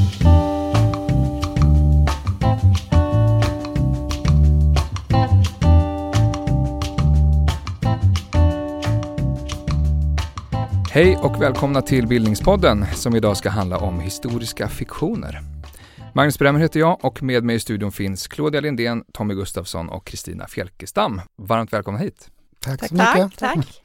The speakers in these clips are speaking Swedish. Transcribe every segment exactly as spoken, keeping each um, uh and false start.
Hej och välkomna till Bildningspodden som idag ska handla om historiska fiktioner. Magnus Bremmer heter jag och med mig i studion finns Claudia Lindén, Tommy Gustafsson och Kristina Fjälkestam. Varmt välkomna hit. Tack, tack så mycket. Tack, tack.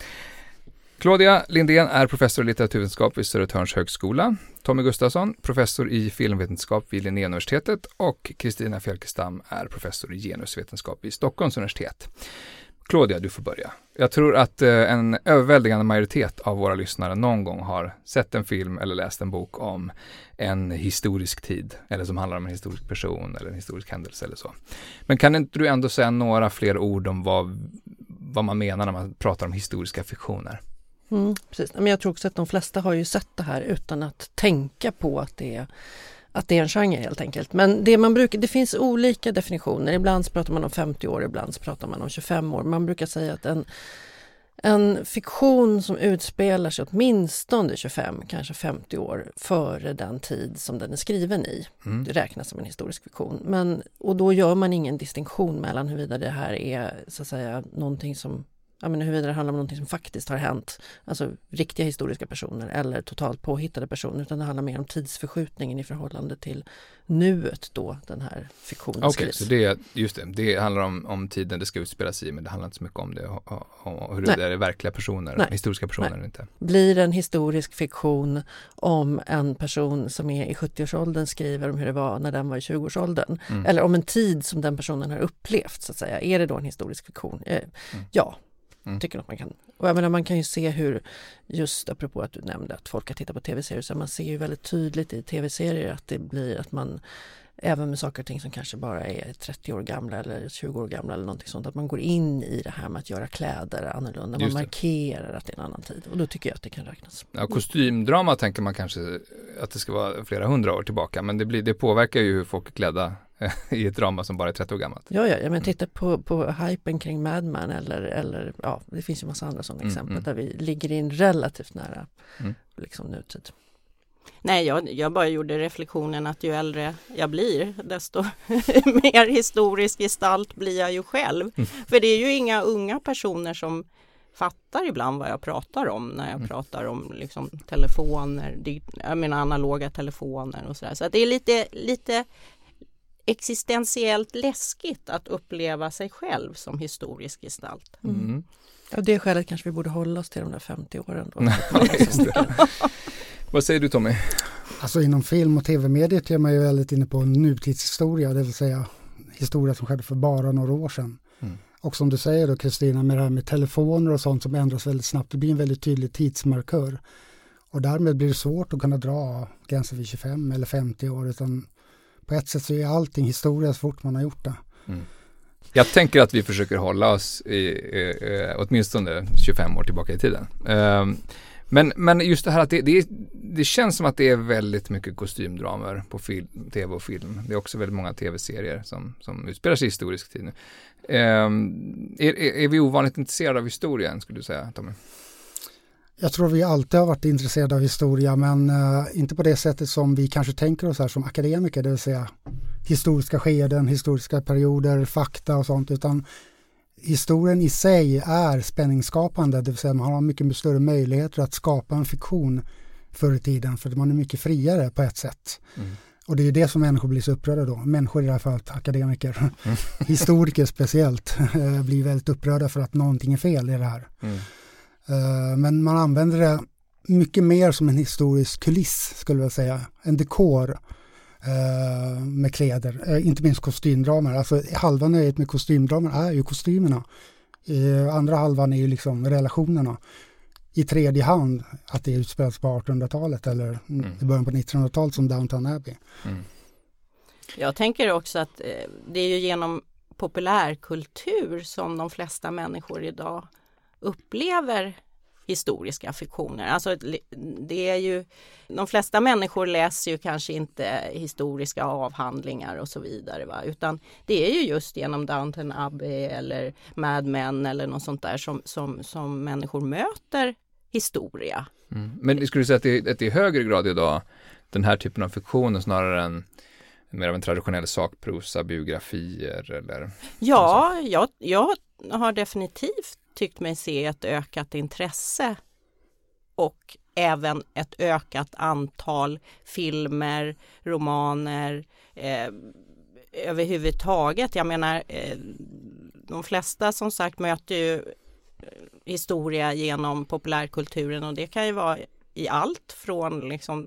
Claudia Lindén är professor i litteraturvetenskap vid Södertörns högskola. Tommy Gustafsson, professor i filmvetenskap vid Linnéuniversitetet och Kristina Fjälkestam är professor i genusvetenskap vid Stockholms universitet. Claudia, du får börja. Jag tror att eh, en överväldigande majoritet av våra lyssnare någon gång har sett en film eller läst en bok om en historisk tid eller som handlar om en historisk person eller en historisk händelse eller så. Men kan inte du ändå säga några fler ord om vad, vad man menar när man pratar om historiska fiktioner? Mm, precis. Men jag tror också att de flesta har ju sett det här utan att tänka på att det är att det är en genre helt enkelt. Men det man brukar, det finns olika definitioner. Ibland så pratar man om femtio år, ibland så pratar man om tjugofem år. Man brukar säga att en, en fiktion som utspelar sig åtminstone tjugofem, kanske femtio år före den tid som den är skriven i. Mm. Det räknas som en historisk fiktion. Men, och då gör man ingen distinktion mellan huruvida det här är så att säga någonting som Ja, men huruvida det handlar om något som faktiskt har hänt, alltså riktiga historiska personer eller totalt påhittade personer, utan det handlar mer om tidsförskjutningen i förhållande till nuet då den här fiktionen Okej, skrivs. så det, just det, det handlar om, om tiden det ska utspelas i, men det handlar inte så mycket om det, och, och hur det är verkliga personer, Nej. historiska personer Nej. eller inte. Blir det en historisk fiktion om en person som är i sjuttioårsåldern skriver om hur det var när den var i tjugoårsåldern, mm. eller om en tid som den personen har upplevt så att säga, är det då en historisk fiktion? Eh, mm. Ja. Mm. Tycker att man kan. Och jag menar, man kan ju se hur, just apropå att du nämnde att folk har tittat på tv-serier, så man ser ju väldigt tydligt i tv-serier att det blir att man, även med saker och ting som kanske bara är trettio år gamla eller tjugo år gamla eller någonting sånt, att man går in i det här med att göra kläder annorlunda. Man markerar att det är en annan tid. Och då tycker jag att det kan räknas. Ja, kostymdrama tänker man kanske att det ska vara flera hundra år tillbaka, men det, blir, det påverkar ju hur folk är klädda i ett drama som bara är trettio år gammalt. Ja, ja, ja men titta på, på hypen kring Mad Men eller, eller ja, det finns ju massa andra sådana mm, exempel mm. där vi ligger in relativt nära mm. liksom nutid. Nej, jag, jag bara gjorde reflektionen att ju äldre jag blir, desto mer historisk gestalt blir jag ju själv. Mm. För det är ju inga unga personer som fattar ibland vad jag pratar om när jag mm. pratar om liksom telefoner, jag menar analoga telefoner och sådär. Så att det är lite, lite existentiellt läskigt att uppleva sig själv som historisk gestalt. Mm. Mm. Av det skälet kanske vi borde hålla oss till de där femtio åren då. Vad säger du, Tommy? Alltså inom film- och tv-mediet är man ju väldigt inne på nutidshistoria, det vill säga historia som skedde för bara några år sedan. Mm. Och som du säger då, Kristina, med det här med telefoner och sånt som ändras väldigt snabbt, det blir en väldigt tydlig tidsmarkör. Och därmed blir det svårt att kunna dra gränser vid tjugofem eller femtio år, utan på ett sätt så är allting historia så fort man har gjort det. Mm. Jag tänker att vi försöker hålla oss i, i, i åtminstone tjugofem år tillbaka i tiden. Um, men, men just det här att det, det, det känns som att det är väldigt mycket kostymdramer på film, tv och film. Det är också väldigt många tv-serier som, som utspelar sig i historisk tid nu. Um, är, är vi ovanligt intresserade av historien, skulle du säga, Tommy? Jag tror vi alltid har varit intresserade av historia, men uh, inte på det sättet som vi kanske tänker oss här som akademiker, det vill säga historiska skeden, historiska perioder, fakta och sånt, utan historien i sig är spänningsskapande, det vill säga man har mycket större möjligheter att skapa en fiktion förr i tiden, för man är mycket friare på ett sätt. Mm. Och det är det som människor blir så upprörda då. Människor i det här fallet, akademiker, mm. historiker speciellt, blir väldigt upprörda för att någonting är fel i det här. Mm. Men man använder det mycket mer som en historisk kuliss, skulle jag säga. En dekor eh, med kläder. Eh, inte minst kostymdramer. Alltså halva nöjet med kostymdramer är ju kostymerna. Eh, andra halvan är ju liksom relationerna. I tredje hand att det utspelas på artonhundratalet eller mm. i början på nittonhundratalet som Downton Abbey. Mm. Jag tänker också att eh, det är ju genom populärkultur som de flesta människor idag upplever historiska fiktioner. Alltså det är ju, de flesta människor läser ju kanske inte historiska avhandlingar och så vidare, va? Utan det är ju just genom Downton Abbey eller Mad Men eller något sånt där som, som, som människor möter historia. Mm. Men skulle du säga att det, att det är högre grad idag den här typen av fiktioner snarare än mer av en traditionell sakprosa, biografier eller? Ja, jag, jag har definitivt tyckt mig se ett ökat intresse och även ett ökat antal filmer, romaner, eh, överhuvudtaget. Jag menar, eh, de flesta som sagt möter ju historia genom populärkulturen och det kan ju vara i allt från liksom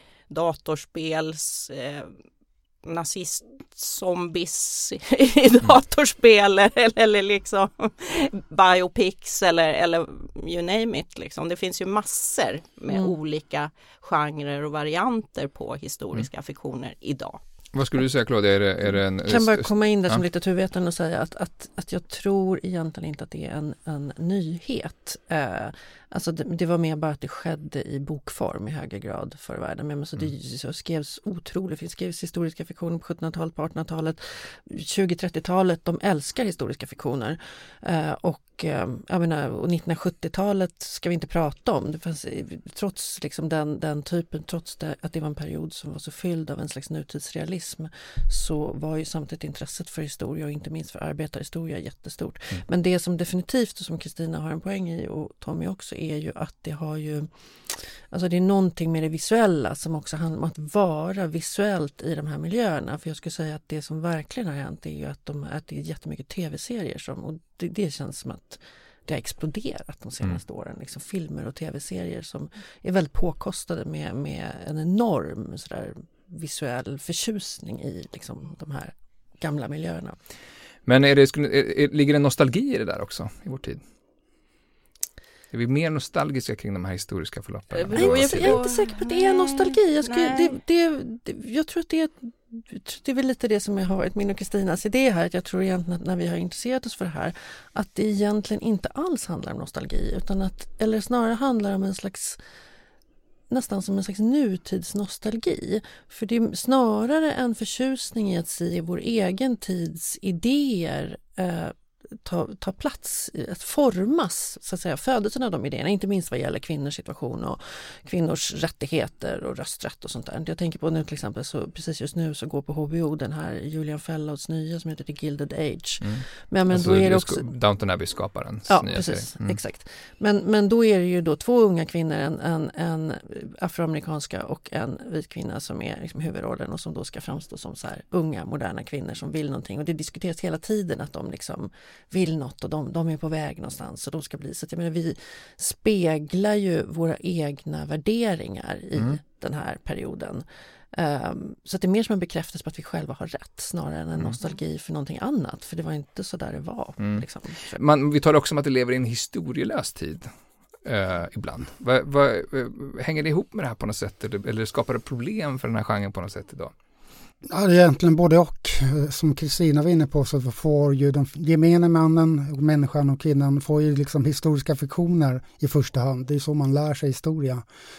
datorspels eh, nazist-zombies i datorspel eller, eller liksom biopics eller, eller you name it. Liksom. Det finns ju massor med mm. olika genrer och varianter på historiska mm. fiktioner idag. Vad skulle du säga, Claudia? Är det, är det en, jag kan bara komma in där som ja. litteraturvetaren och säga att, att, att jag tror egentligen inte att det är en, en nyhet. Eh, alltså det, det var mer bara att det skedde i bokform i högre grad förr i världen. Men så det mm. så skrevs otroligt, det skrevs historiska fiktioner på sjuttonhundratalet, på artonhundratalet, tjugo-trettiotalet. De älskar historiska fiktioner. Eh, och, eh, jag menar, och nittonhundrasjuttiotalet ska vi inte prata om. Det fanns, trots liksom den, den typen, trots det, att det var en period som var så fylld av en slags nutidsrealism, så var ju samtidigt intresset för historia och inte minst för arbetarhistoria jättestort. Mm. Men det som definitivt, som Kristina har en poäng i och Tommy också, är ju att det har ju, alltså det är någonting med det visuella som också handlar om att vara visuellt i de här miljöerna. För jag skulle säga att det som verkligen har hänt är ju att, de, att det är jättemycket tv-serier som, och det, det känns som att det har exploderat de senaste mm. åren. Liksom filmer och tv-serier som är väldigt påkostade med, med en enorm sådär visuell förtjusning i liksom de här gamla miljöerna. Men är det, är, är, ligger det nostalgi i det där också i vår tid? Är vi mer nostalgiska kring de här historiska förloppen? Nej, jag, jag är inte säker på att det är nostalgi. Jag, skulle, det, det, det, jag tror att det är, det är väl lite det som har varit min och Kristinas idé här. Att jag tror egentligen att när vi har intresserat oss för det här, att det egentligen inte alls handlar om nostalgi, utan att, eller snarare handlar om en slags, nästan som en slags nutidsnostalgi. För det är snarare en förtjusning i att se vår egen tids idéer eh, ta, ta plats, att formas, så att säga, födelsen av de idéerna, inte minst vad gäller kvinnors situation och kvinnors rättigheter och rösträtt och sånt där. Jag tänker på nu till exempel, så precis just nu så går på H B O den här Julian Fellouts nya som heter The Gilded Age. Mm. Men, men alltså, då är det också Downton Abbey-skaparen. Ja, precis, mm. exakt. Men, men då är det ju då två unga kvinnor, en, en, en afroamerikanska och en vit kvinna som är liksom huvudrollen och som då ska framstå som så här unga, moderna kvinnor som vill någonting. Och det diskuteras hela tiden att de liksom vill något och de, de är på väg någonstans och de ska bli. Så att jag menar, vi speglar ju våra egna värderingar i mm. den här perioden. Um, så att det är mer som en bekräftelse på att vi själva har rätt snarare än en mm. nostalgi för någonting annat. För det var inte så där det var. Mm. Liksom. Man, vi talar också om att det lever i en historielös tid. Uh, ibland. Va, va, hänger det ihop med det här på något sätt? Eller, eller skapar det problem för den här genren på något sätt idag? Ja, det är egentligen både och. Som Kristina var inne på så får ju de gemene mannen, människan och kvinnan får ju liksom historiska fiktioner i första hand. Det är så man lär sig historia.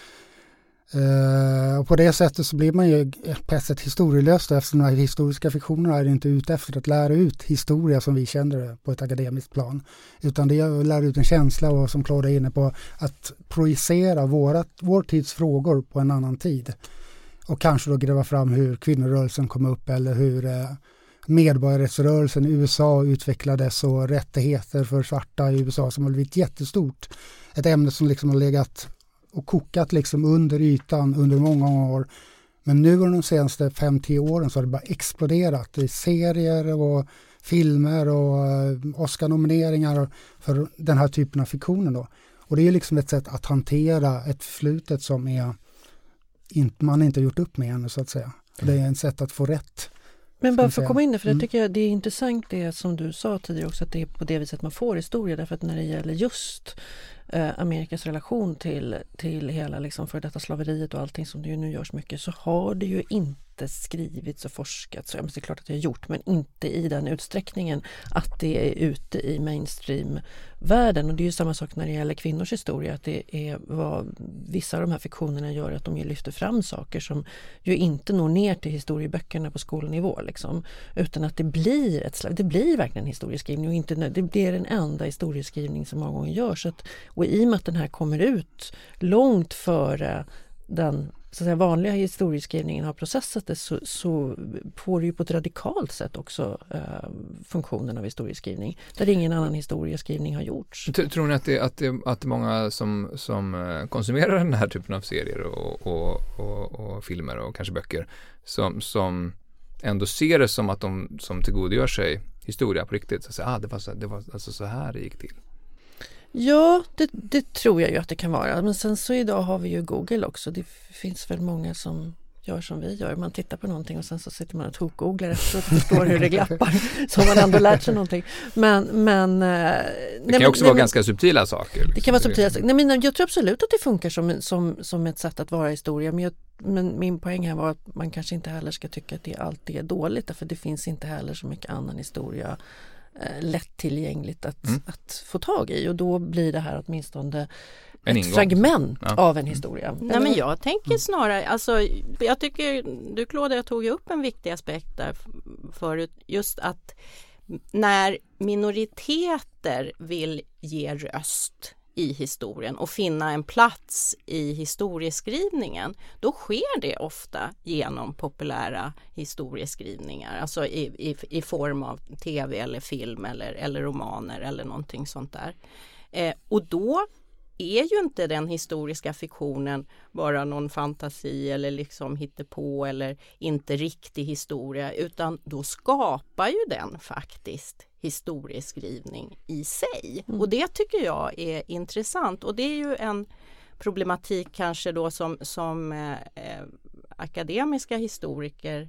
Uh, och på det sättet så blir man ju på ett sätt historielös, eftersom de här historiska fiktionerna är inte ute efter att lära ut historia som vi känner det på ett akademiskt plan, utan det är att lära ut en känsla och, som Claudia är inne på, att projicera våra, vår tids frågor på en annan tid och kanske då gräva fram hur kvinnorörelsen kom upp eller hur uh, medborgarrättsrörelsen i U S A utvecklades och rättigheter för svarta i U S A som har blivit jättestort, ett ämne som liksom har legat och kokat liksom under ytan under många år. Men nu under de senaste fem till tio åren så har det bara exploderat i serier och filmer och Oscar-nomineringar för den här typen av fiktioner då. Och det är ju liksom ett sätt att hantera ett flutet som är inte, man inte gjort upp med ännu så att säga. Det är ett sätt att få rätt. Men bara för att komma in där, för mm. jag tycker jag det är intressant det som du sa tidigare också, att det är på det viset man får historia, därför att när det gäller just eh, Amerikas relation till, till hela liksom för detta slaveriet och allting som det ju nu görs mycket, så har det ju inte skrivits och forskats, så det är klart att det har gjort, men inte i den utsträckningen att det är ute i mainstream-världen. Och det är ju samma sak när det gäller kvinnors historia, att det är vad vissa av de här fiktionerna gör, att de ju lyfter fram saker som ju inte når ner till historieböckerna på skolnivå liksom, utan att det blir ett slag, det blir verkligen historieskrivning och inte, det blir den enda historieskrivning som många gånger görs. Och i och med att den här kommer ut långt före den så att säga, vanliga historieskrivningen har processat det så, så får det ju på ett radikalt sätt också eh, funktionen av historieskrivning där ingen annan historieskrivning har gjorts. Tror ni att det, att det, att det är många som, som konsumerar den här typen av serier och, och, och, och filmer och kanske böcker som, som ändå ser det som att de som tillgodogör sig historia på riktigt? Så att säga, ah, det var, så, det var alltså så här det gick till. Ja, det, det tror jag ju att det kan vara. Men sen så idag har vi ju Google också. Det finns väl många som gör som vi gör. Man tittar på någonting och sen så sitter man och tokgooglar efter att förstår hur det glappar. Så har man ändå lärt sig någonting. Men, men, det nej, kan men, också nej, vara men, ganska subtila saker. Liksom. Det kan vara subtila saker. Nej, men jag tror absolut att det funkar som, som, som ett sätt att vara historia. Men, jag, men min poäng här var att man kanske inte heller ska tycka att det alltid är dåligt. Därför det finns inte heller så mycket annan historia lättillgängligt att, mm. att få tag i och då blir det här åtminstone en ett ingång. Fragment ja. av en historia. Mm. Nej, men jag tänker snarare, alltså, jag tycker du Claudia tog upp en viktig aspekt där förut, just att när minoriteter vill ge röst i historien och finna en plats i historieskrivningen, då sker det ofta genom populära historieskrivningar, alltså i, i, i form av tv eller film eller, eller romaner eller någonting sånt där. Eh, och då är ju inte den historiska fiktionen bara någon fantasi eller liksom hittepå eller inte riktig historia, utan då skapar ju den faktiskt historieskrivning i sig. Mm. Och det tycker jag är intressant, och det är ju en problematik kanske då som, som eh, akademiska historiker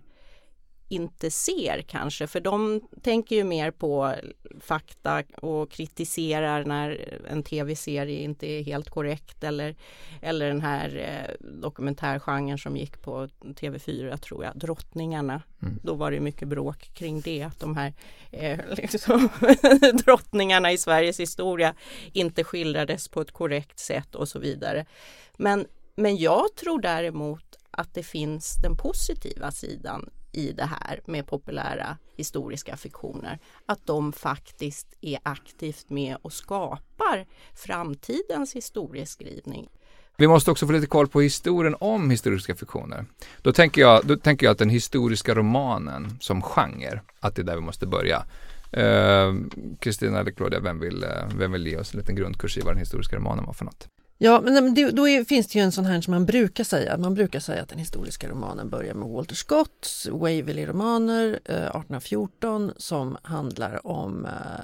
inte ser kanske, för de tänker ju mer på fakta och kritiserar när en tv-serie inte är helt korrekt, eller, eller den här eh, dokumentärgenren som gick på T V fyra, tror jag, Drottningarna. Mm. Då var det mycket bråk kring det, att de här eh, liksom, drottningarna i Sveriges historia inte skildrades på ett korrekt sätt och så vidare. Men, men jag tror däremot att det finns den positiva sidan i det här med populära historiska fiktioner, att de faktiskt är aktivt med och skapar framtidens historieskrivning. Vi måste också få lite koll på historien om historiska fiktioner. Då tänker jag, då tänker jag att den historiska romanen som genre, att det är där vi måste börja. Kristina uh, eller Claudia, vem vill, uh, vem vill ge oss en liten grundkurs i vad den historiska romanen var för något? Ja, men det, då är, finns det ju en sån här som man brukar säga. Man brukar säga att den historiska romanen börjar med Walter Scotts Waverley-romaner eh, arton fjorton, som handlar om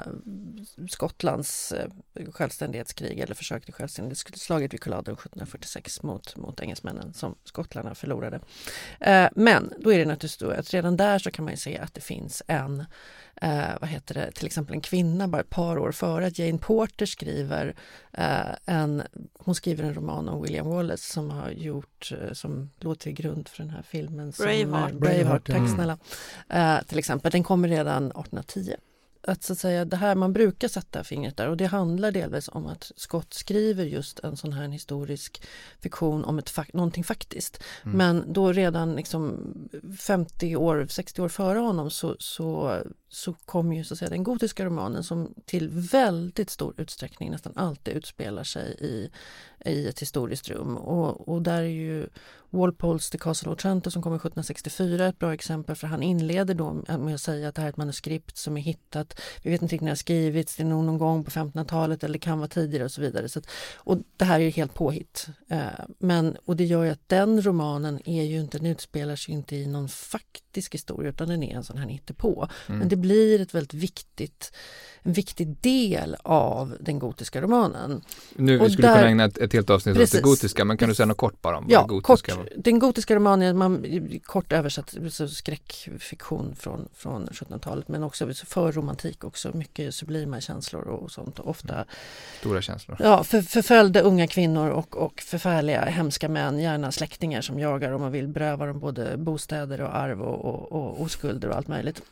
eh, Skottlands eh, självständighetskrig eller försök till självständighet, slaget vid Culloden sjutton fyrtiosex mot, mot engelsmännen som skottarna förlorade. Eh, men då är det naturligtvis då att redan där så kan man ju se att det finns en Eh, vad heter det, till exempel en kvinna bara ett par år före att Jane Porter skriver eh, en, hon skriver en roman om William Wallace som har gjort, eh, som låg till grund för den här filmen som, Braveheart, eh, Braveheart tack snälla. Eh, till exempel, den kommer redan arton tio. Att så att säga, det här man brukar sätta fingret där, och det handlar delvis om att Scott skriver just en sån här historisk fiktion om ett fak- någonting faktiskt. Mm. Men då redan liksom femtio år, sextio år före honom så, så, så kom ju så att säga den gotiska romanen som till väldigt stor utsträckning nästan alltid utspelar sig i, i ett historiskt rum. Och, och där är ju Walpoles The Castle of Otranto som kommer sjutton sextiofyra ett bra exempel, för han inleder då med att säga att det här är ett manuskript som är hittat, vi vet inte när det har skrivits, det är nog någon gång på femtonhundratalet eller det kan vara tidigare och så vidare. Så att, och det här är ju helt påhitt. Eh, men, och det gör ju att den romanen är ju inte, den utspelar sig inte i någon faktisk historia, utan den är en sån här hittepå. Mm. Men det blir ett väldigt viktigt, en viktig del av den gotiska romanen. Nu och skulle där, kunna ägna ett, ett helt avsnitt åt det gotiska, men kan du säga något kort bara om ja, vad det gotiska kort, den gotiska romanen, man kort översatt så skräckfiktion från, från sjuttonhundratalet, men också för romantik också, mycket sublima känslor och sånt, och ofta stora känslor. Ja, för, förföljda unga kvinnor och, och förfärliga, hemska män, gärna släktingar som jagar dem och vill beröva dem både bostäder och arv och, och, och, och skulder och allt möjligt.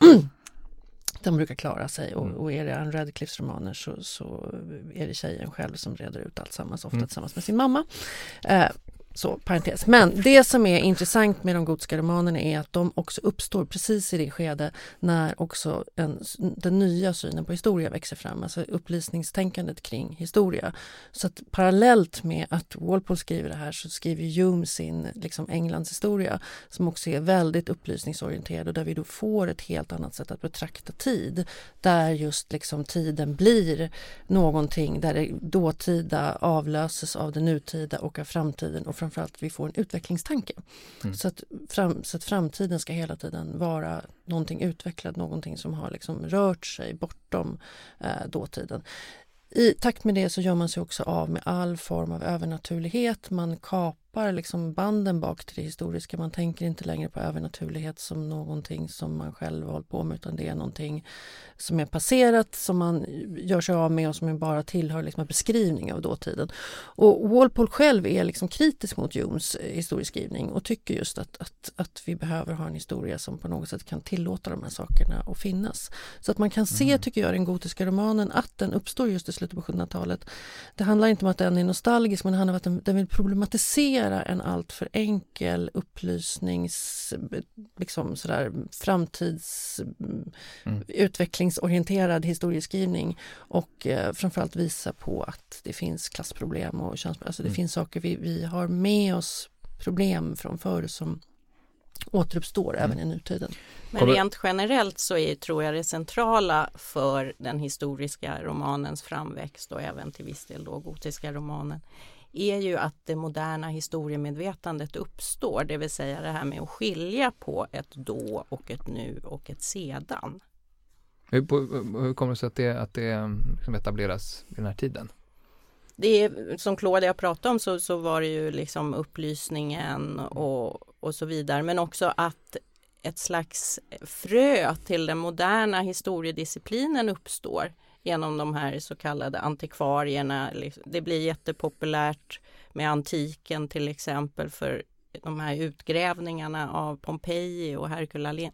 De brukar klara sig, och, och är det en Radcliffes romaner så, så är det tjejen själv som reder ut allt sammans, ofta mm. tillsammans med sin mamma. Eh, Så, parentes. Men det som är intressant med de gotiska romanerna är att de också uppstår precis i det skede när också en, den nya synen på historia växer fram, alltså upplysningstänkandet kring historia. Så att parallellt med att Walpole skriver det här så skriver Hume sin liksom Englands historia som också är väldigt upplysningsorienterad och där vi då får ett helt annat sätt att betrakta tid. Där just liksom tiden blir någonting där det dåtida avlöses av det nutida och av framtiden och framförallt att vi får en utvecklingstanke. Mm. Så, att fram, så att framtiden ska hela tiden vara någonting utvecklat, någonting som har liksom rört sig bortom eh, dåtiden. I takt med det så gör man sig också av med all form av övernaturlighet. Man kapar liksom banden bak till det historiska. Man tänker inte längre på övernaturlighet som någonting som man själv har hållit på med, utan det är någonting som är passerat, som man gör sig av med och som bara tillhör liksom en beskrivning av dåtiden. Och Walpole själv är liksom kritisk mot Humes historieskrivning och tycker just att, att, att vi behöver ha en historia som på något sätt kan tillåta de här sakerna att finnas. Så att man kan se, mm. tycker jag, den gotiska romanen, att den uppstår just i slutet på sjuttonhundratalet. Det handlar inte om att den är nostalgisk, men det handlar om att den, den vill problematisera en alltför enkel upplysnings liksom sådär framtids mm. utvecklingsorienterad historieskrivning och eh, framförallt visa på att det finns klassproblem och könsproblem. Alltså det mm. finns saker vi, vi har med oss, problem från förr som återuppstår mm. även i nutiden. Men rent generellt så är, tror jag, det centrala för den historiska romanens framväxt och även till viss del då gotiska romanen är ju att det moderna historiemedvetandet uppstår, det vill säga det här med att skilja på ett då och ett nu och ett sedan. Hur, hur kommer det sig att det, att det liksom etableras i den här tiden? Det är, som Claudia pratade om så, så var det ju liksom upplysningen och, och så vidare, men också att ett slags frö till den moderna historiedisciplinen uppstår genom de här så kallade antikvarierna. Det blir jättepopulärt med antiken till exempel för de här utgrävningarna av Pompeji och Herculaneum.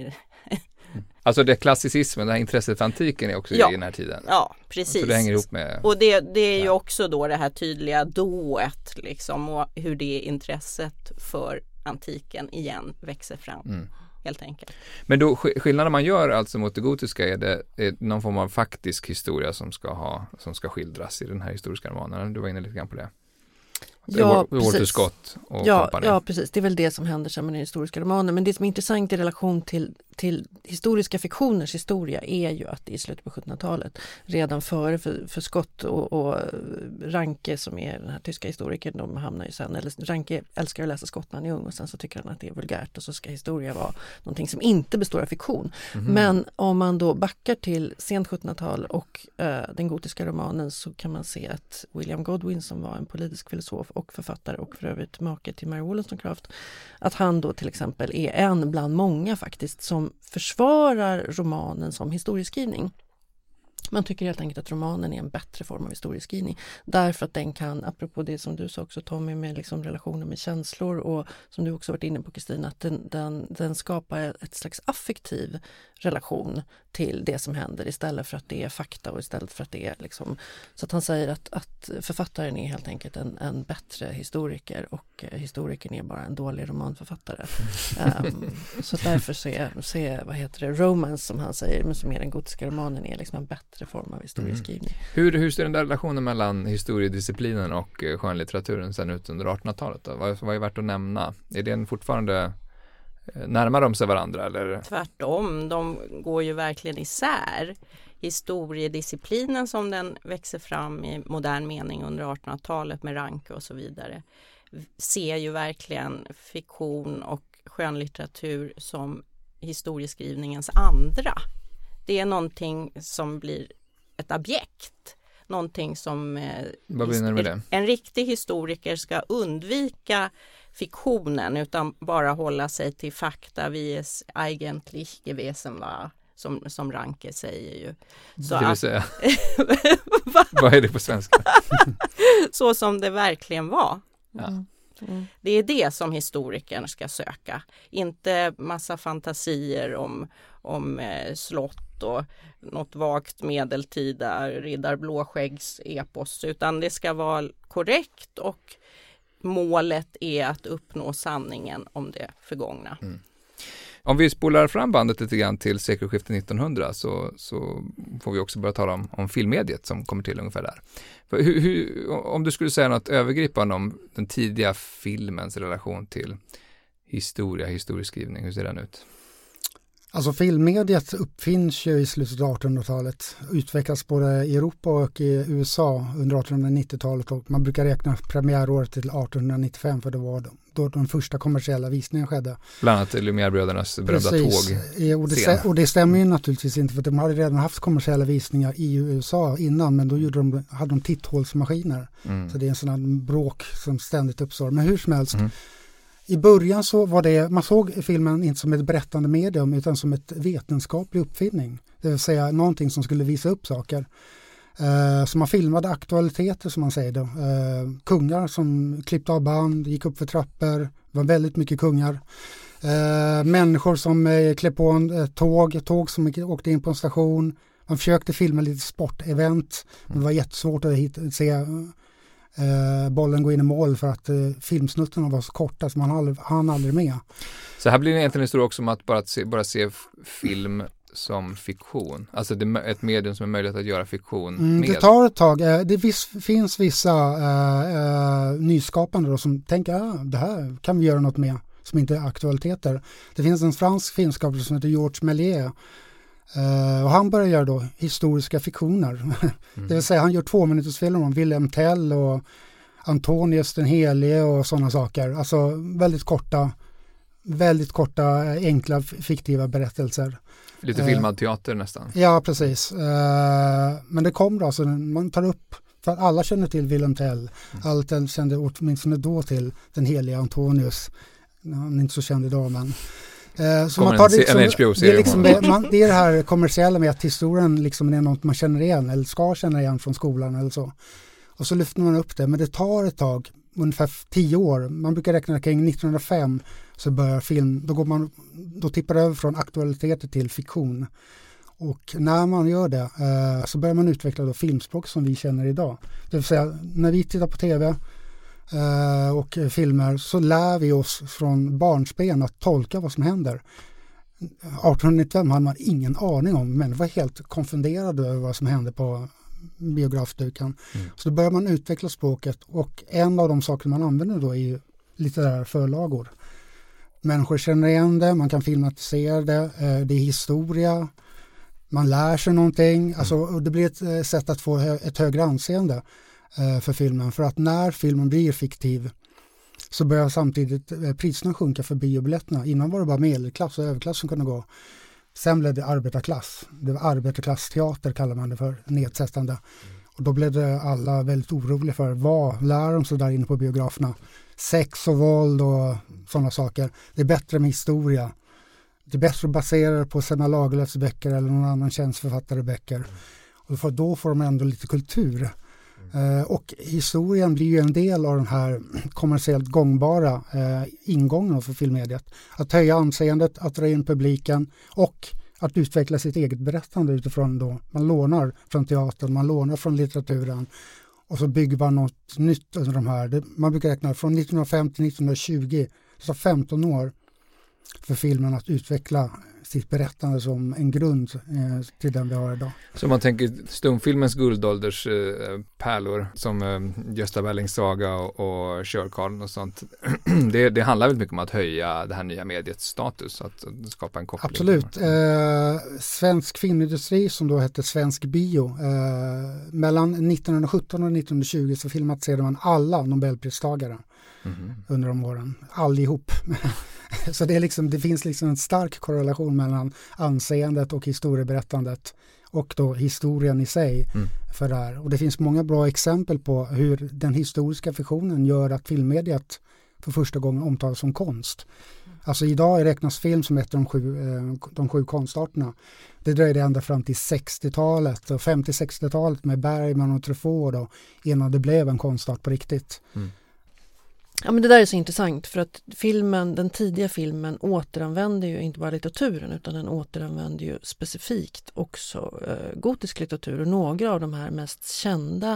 Alltså det klassicismen, det här intresset för antiken är också ja. i den här tiden. Ja, precis. Så det hänger ihop med... Och det, det är ju ja. också då det här tydliga dået liksom, och hur det intresset för antiken igen växer fram. Mm. Helt enkelt. Men då skillnaden man gör alltså mot det gotiska är det är någon form av faktisk historia som ska ha som ska skildras i den här historiska romanen. Du var inne lite grann på det. Ja, Walter Scott och ja, kompani. Ja, precis. Det är väl det som händer sen med den historiska romanen. Men det som är intressant i relation till, till historiska fiktioners historia är ju att i slutet på sjuttonhundratalet, redan före för, för Scott och, och Ranke som är den här tyska historikern, de hamnar ju sen, eller Ranke älskar att läsa Scott när han är ung och sen så tycker han att det är vulgärt och så ska historia vara någonting som inte består av fiktion. Mm-hmm. Men om man då backar till sent sjuttonhundratal och äh, den gotiska romanen så kan man se att William Godwin som var en politisk filosof och författare och för övrigt make till Mary Wollstonecraft, att han då till exempel är en bland många faktiskt som försvarar romanen som historieskrivning. Man tycker helt enkelt att romanen är en bättre form av historieskrivning därför att den kan, apropå det som du sa också Tommy, med liksom relationer med känslor och som du också varit inne på Kristina, att den, den, den skapar ett slags affektiv relation till det som händer istället för att det är fakta och istället för att det är liksom, så att han säger att, att författaren är helt enkelt en, en bättre historiker och eh, historikern är bara en dålig romanförfattare. um, så därför så är, så är, vad heter det, romance som han säger, men som är den gotiska romanen är liksom en bättre form av historieskrivning. Mm. Hur, hur ser den där relationen mellan historiedisciplinen och eh, skönlitteraturen sen ut under artonhundratalet då? Vad, vad är värt att nämna? Är den fortfarande närmar de sig varandra? Eller? Tvärtom, de går ju verkligen isär. Historiedisciplinen som den växer fram i modern mening under artonhundratalet med Ranke och så vidare ser ju verkligen fiktion och skönlitteratur som historieskrivningens andra. Det är någonting som blir ett objekt. Någonting som eh, Vad menar du med det? En riktig historiker ska undvika fiktionen utan bara hålla sig till fakta, wie es eigentlich gewesen war, som, som Ranke säger ju. Så det vill att, säga, vad är det på svenska? Så som det verkligen var. Ja. Mm. Det är det som historikern ska söka. Inte massa fantasier om, om eh, slott och något vagt medeltida riddar blåskäggs epos, utan det ska vara korrekt och målet är att uppnå sanningen om det förgångna. Mm. Om vi spolar fram bandet lite grann till sekelskiftet nittonhundra så, så får vi också börja tala om, om filmmediet som kommer till ungefär där. För hur, hur, om du skulle säga något övergripande om den tidiga filmens relation till historia, historieskrivning, hur ser den ut? Alltså filmmediet uppfinns ju i slutet av artonhundratalet, utvecklas både i Europa och i U S A under artonhundranittiotalet och man brukar räkna premiäråret till artonhundranittiofem för det var då, då de första kommersiella visningarna skedde. Bland annat Lumière-brödernas berömda tåg. Och det, och det stämmer ju naturligtvis inte för de hade redan haft kommersiella visningar i U S A innan men då gjorde de, hade de titthålsmaskiner. Mm. Så det är en sån här bråk som ständigt uppstår. Men hur som helst, mm. i början så var det, man såg filmen inte som ett berättande medium utan som ett vetenskaplig uppfinning. Det vill säga någonting som skulle visa upp saker. Uh, så man filmade aktualiteter som man säger då. Uh, kungar som klippte av band, gick upp för trappor. Det var väldigt mycket kungar. Uh, människor som uh, klev på en uh, tåg, tåg som åkte in på en station. Man försökte filma lite sportevent. Men det var jättesvårt att hitta, se uh, bollen gå in i mål för att uh, filmsnuttarna var så korta så man hann, hann aldrig med. Så här blir det egentligen en historia också om att bara se, bara se film som fiktion. Alltså det är ett medium som är möjligt att göra fiktion mm, med. Det tar ett tag. Det vis, finns vissa äh, äh, nyskapande då, som tänker att ah, det här kan vi göra något med som inte är aktualiteter. Det finns en fransk filmskapare som heter Georges Méliès uh, och han börjar göra då historiska fiktioner. Mm. Det vill säga han gör två minuters film om Wilhelm Tell och Antonius den helige och sådana saker. Alltså väldigt korta väldigt korta, enkla, fiktiva berättelser. Lite filmad teater nästan. Ja, precis. Men det kom då, så man tar upp, för att alla känner till Wilhelm Tell. Mm. Alla kände åtminstone då till den heliga Antonius. Han är inte så känd idag, men... Så man tar det, liksom, en H B O-serie. Det, är liksom det, man, det är det här kommersiella med att historien liksom är något man känner igen, eller ska känna igen från skolan eller så. Och så lyfter man upp det, men det tar ett tag, ungefär tio år. Man brukar räkna kring nittonhundrafem så börjar film, då går man, då tippar det över från aktualiteter till fiktion. Och när man gör det eh, så börjar man utveckla då filmspråk som vi känner idag. Det vill säga, när vi tittar på tv eh, och filmer så lär vi oss från barnsben att tolka vad som händer. artonhundranittiofem hade man ingen aning om, men var helt konfunderad över vad som hände på biografdukan. Mm. Så då börjar man utveckla språket och en av de saker man använder då är litterära förlagor. Människor känner igen det, man kan filmatisera det, det är historia, man lär sig någonting. Mm. Alltså, det blir ett sätt att få ett högre anseende för filmen. För att när filmen blir fiktiv så börjar samtidigt priserna sjunka för biobiljetterna. Innan var det bara medelklass och överklass som kunde gå. Sen blev det arbetarklass. Det var arbetarklassteater kallar man det för, nedsättande. Mm. Och då blev det alla väldigt oroliga för vad lär de sig där inne på biograferna. Sex och våld och sådana saker. Det är bättre med historia. Det är bättre att basera det på Selma Lagerlöfs böcker eller någon annan känsförfattare böcker. Mm. Och för då får de ändå lite kultur. Mm. Uh, och historien blir ju en del av den här kommersiellt gångbara uh, ingången för filmmediet. Att höja anseendet, att dra in publiken och att utveckla sitt eget berättande utifrån då. Man lånar från teatern, man lånar från litteraturen och så bygger man något nytt under de här. Det, man brukar räkna från nittonhundrafem till nittonhundratjugo, så femton år för filmen att utveckla sitt berättande som en grund eh, till den vi har idag. Så man tänker stumfilmens guldålders eh, pärlor som eh, Gösta Berlings saga och, och Körkarlen och sånt. det, det handlar väldigt mycket om att höja det här nya mediets status, att, att skapa en koppling. Absolut. Eh, svensk filmindustri som då hette Svensk Bio. Eh, mellan nittonhundrasjutton och nittonhundratjugo så filmatiserade man alla Nobelpristagare. Mm-hmm. Under de åren. Allihop. Så det, är liksom, det finns liksom en stark korrelation mellan anseendet och historieberättandet och då historien i sig mm. för det här. Och det finns många bra exempel på hur den historiska fiktionen gör att filmmediet för första gången omtalas som konst. Mm. Alltså idag räknas film som ett av de sju, de sju konstarterna. Det dröjde ända fram till sextiotalet och femtio-sextiotalet med Bergman och Truffaut då, innan det blev en konstart på riktigt. Mm. Ja, men det där är så intressant för att filmen, den tidiga filmen återanvänder ju inte bara litteraturen utan den återanvänder ju specifikt också eh, gotisk litteratur och några av de här mest kända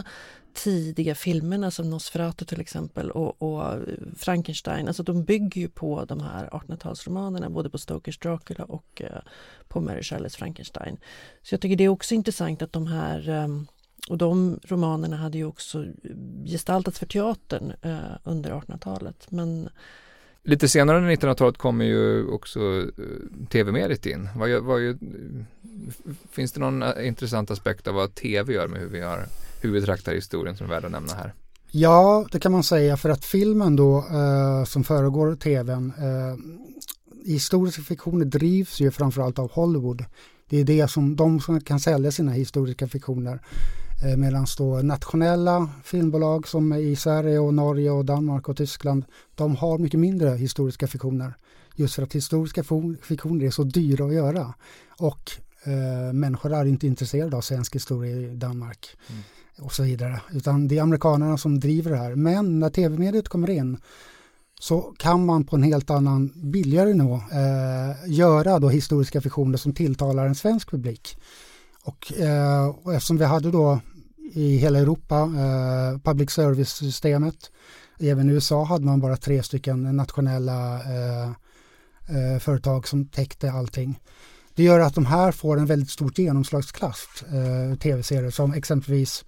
tidiga filmerna som Nosferatu till exempel och, och Frankenstein, alltså de bygger ju på de här artonhundratalsromanerna, både på Stokers Dracula och eh, på Mary Shelleys Frankenstein. Så jag tycker det är också intressant att de här, eh, och de romanerna hade ju också gestaltats för teatern eh, under artonhundratalet. Men lite senare under nittonhundratalet kommer ju också uh, tv-mediet in. Vad gör, vad gör, finns det någon intressant aspekt av vad tv gör med hur vi, har, hur vi betraktar historien som är värd att nämna här? Ja, det kan man säga, för att filmen då uh, som föregår tvn, uh, historiska fiktioner drivs ju framförallt av Hollywood. Det är det som de som kan sälja sina historiska fiktioner. Eh, medan då nationella filmbolag som i Sverige och Norge och Danmark och Tyskland, de har mycket mindre historiska fiktioner. Just för att historiska fiktioner är så dyra att göra. Och eh, människor är inte intresserade av svensk historia i Danmark mm. och så vidare. Utan det är amerikanerna som driver det här. Men när tv-mediet kommer in så kan man på en helt annan billigare nivå eh, göra då historiska fiktioner som tilltalar en svensk publik. Och, eh, och eftersom vi hade då i hela Europa eh, public service-systemet, även i U S A hade man bara tre stycken nationella eh, eh, företag som täckte allting. Det gör att de här får en väldigt stort genomslagskraft, eh, tv-serier som exempelvis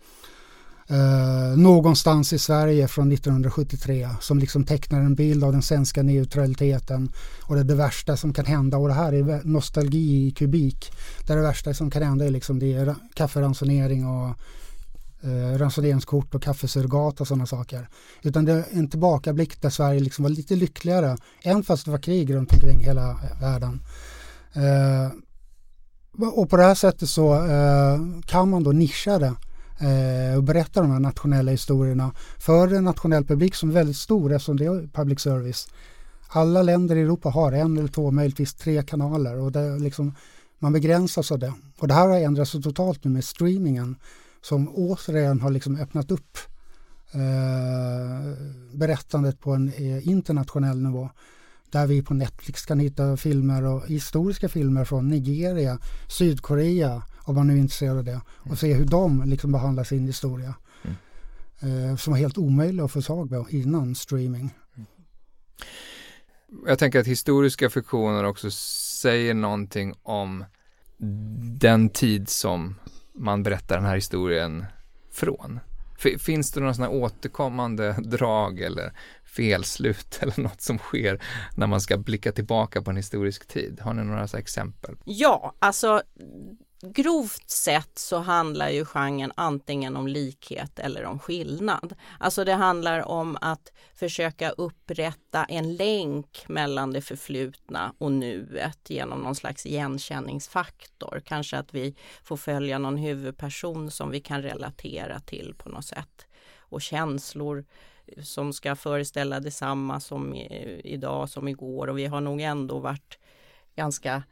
Uh, någonstans i Sverige från nittonhundrasjuttiotre som liksom tecknar en bild av den svenska neutraliteten och det är det värsta som kan hända, och det här är nostalgi i kubik, där det värsta som kan hända är liksom det är kafferansonering och uh, ransoneringskort och kaffesurgat och sådana saker, utan det är en tillbakablick där Sverige liksom var lite lyckligare än fast det var krig runt omkring hela världen. Uh, och på det här sättet så uh, kan man då nischa det och berätta de här nationella historierna för en nationell publik som är väldigt stor eftersom det är public service. Alla länder i Europa har en eller två, möjligtvis tre kanaler, och det liksom, man begränsas av det. Och det här har ändrats så totalt nu med streamingen som återigen har liksom öppnat upp eh, berättandet på en eh, internationell nivå. Där vi på Netflix kan hitta filmer och historiska filmer från Nigeria, Sydkorea, om man nu är intresserad av det, och se hur de liksom behandlar sin historia. Mm. Eh, som var helt omöjlig att få tag på innan streaming. Mm. Jag tänker att historiska fiktioner också säger någonting om den tid som man berättar den här historien från. F- finns det några sådana återkommande drag eller felslut eller något som sker när man ska blicka tillbaka på en historisk tid? Har ni några så exempel? Ja, alltså grovt sett så handlar ju genren antingen om likhet eller om skillnad. Alltså det handlar om att försöka upprätta en länk mellan det förflutna och nuet genom någon slags igenkänningsfaktor. Kanske att vi får följa någon huvudperson som vi kan relatera till på något sätt. Och känslor som ska föreställa detsamma som i, idag som igår, och vi har nog ändå varit ganska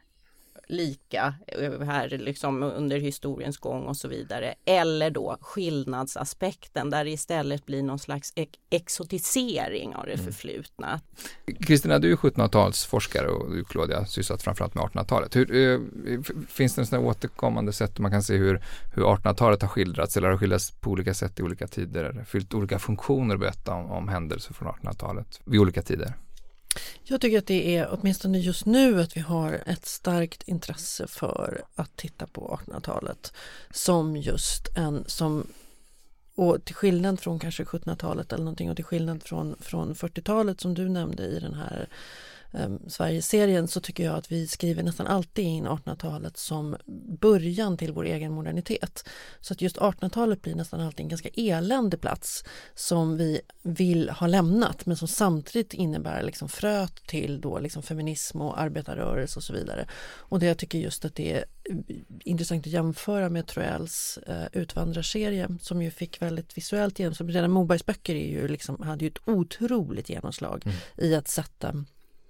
lika här liksom under historiens gång och så vidare. Eller då skillnadsaspekten där det istället blir någon slags ex- exotisering av det förflutna. Kristina, du är sjuttonhundratalsforskare och du, Claudia, sysslat framförallt med artonhundratalet. Hur, eh, finns det en sån här återkommande sätt man kan se hur, hur artonhundratalet har skildrats eller har skildrats på olika sätt i olika tider, fyllt olika funktioner att berätta om, om händelser från artonhundratalet vid olika tider? Jag tycker att det är åtminstone just nu att vi har ett starkt intresse för att titta på artonhundratalet som just en som, och till skillnad från kanske sjuttonhundratalet eller någonting, och till skillnad från, från fyrtiotalet som du nämnde i den här um, Sverigeserien, så tycker jag att vi skriver nästan alltid in artonhundratalet som början till vår egen modernitet. Så att just artonhundratalet blir nästan alltid en ganska eländig plats som vi vill ha lämnat, men som samtidigt innebär liksom fröet till då liksom feminism och arbetarrörelse och så vidare. Och det jag tycker just att det är intressant att jämföra med Troells eh, utvandrarserie som ju fick väldigt visuellt genomslag. Redan Mobergs böcker är ju liksom, hade ju ett otroligt genomslag mm. i att sätta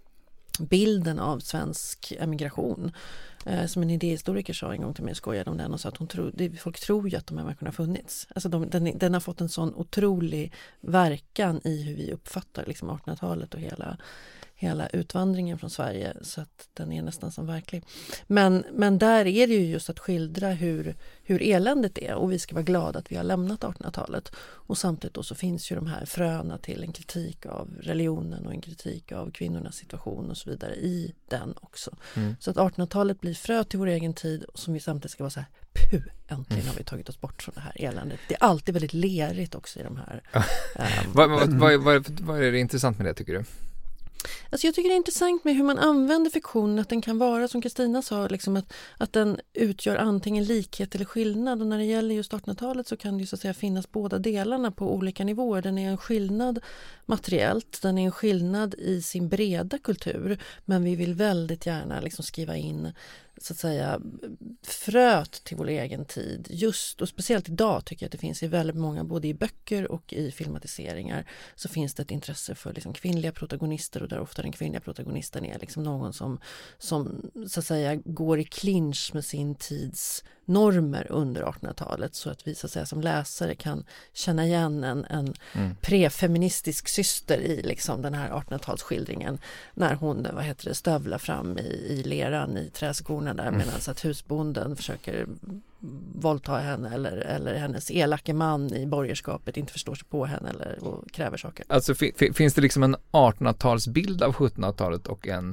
bilden av svensk emigration. Eh, som en idéhistoriker sa en gång till mig, skojade om den och sa att hon tro, det, folk tror ju att de här människorna har funnits. Alltså de, den, den har fått en sån otrolig verkan i hur vi uppfattar liksom artonhundratalet och hela, hela utvandringen från Sverige, så att den är nästan som verklig. Men, men där är det ju just att skildra hur, hur eländet är, och vi ska vara glada att vi har lämnat artonhundratalet. Och samtidigt då så finns ju de här fröna till en kritik av religionen och en kritik av kvinnornas situation och så vidare i den också. Mm. Så att artonhundratalet blir frö till vår egen tid, som vi samtidigt ska vara så här, puh, äntligen har vi tagit oss bort från det här eländet. Det är alltid väldigt lerigt också i de här. um, vad, vad, vad, vad, vad är det intressant med det, tycker du? Alltså jag tycker det är intressant med hur man använder fiktionen, att den kan vara, som Kristina sa, liksom att, att den utgör antingen likhet eller skillnad. Och när det gäller just artonhundratalet så kan det ju så att säga finnas båda delarna på olika nivåer. Den är en skillnad materiellt, den är en skillnad i sin breda kultur, men vi vill väldigt gärna liksom skriva in, så att säga, fröet till vår egen tid. Just, och speciellt idag tycker jag att det finns i väldigt många, både i böcker och i filmatiseringar, så finns det ett intresse för liksom kvinnliga protagonister, och där ofta den kvinnliga protagonisten är liksom någon som, som så att säga går i clinch med sin tids normer under artonhundratalet, så att vi så att säga som läsare kan känna igen en, en mm. prefeministisk syster i liksom den här artonhundratalsskildringen, när hon, vad heter det, stövlar fram i, i leran i träskorna där, mm. medan så att husbonden försöker våldta henne, eller, eller hennes elake man i borgerskapet inte förstår sig på henne eller och kräver saker. Alltså f- finns det liksom en artonhundratalsbild av sjuttonhundratalet och en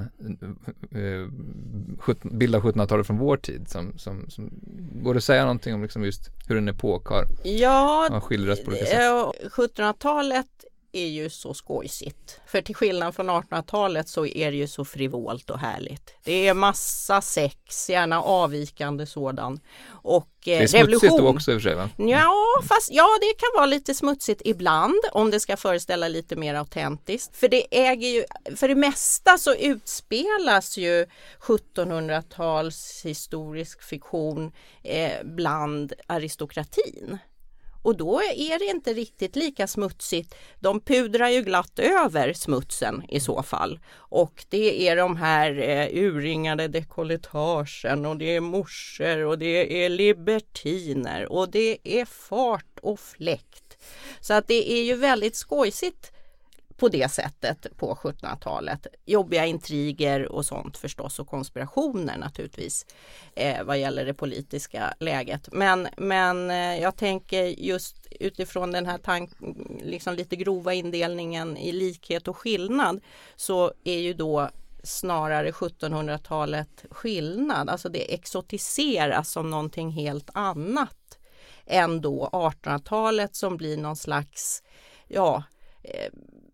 uh, sjutton, bild av sjuttonhundratalet från vår tid som, som, som går att säga någonting om liksom just hur en epok har, ja, har skildrats på olika sätt? Ja, sjuttonhundratalet är ju så skojsigt. För till skillnad från artonhundratalet så är det ju så frivolt och härligt. Det är massa sex, gärna avvikande sådan. Och eh, det är smutsigt då också i och för sig, va? Ja, fast ja, det kan vara lite smutsigt ibland om det ska föreställa lite mer autentiskt. För det äger ju, för det mesta så utspelas ju sjuttonhundratals historisk fiktion eh, bland aristokratin. Och då är det inte riktigt lika smutsigt. De pudrar ju glatt över smutsen i så fall. Och det är de här eh, urringade dekolletagen, och det är morsor, och det är libertiner, och det är fart och fläkt. Så att det är ju väldigt skojsigt på det sättet på sjuttonhundratalet. Jobbiga intriger och sånt förstås, och konspirationer naturligtvis eh, vad gäller det politiska läget. Men, men eh, jag tänker just utifrån den här tank, liksom lite grova indelningen i likhet och skillnad, så är ju då snarare sjuttonhundratalet skillnad. Alltså det exotiseras som någonting helt annat än då artonhundratalet, som blir någon slags, ja, eh,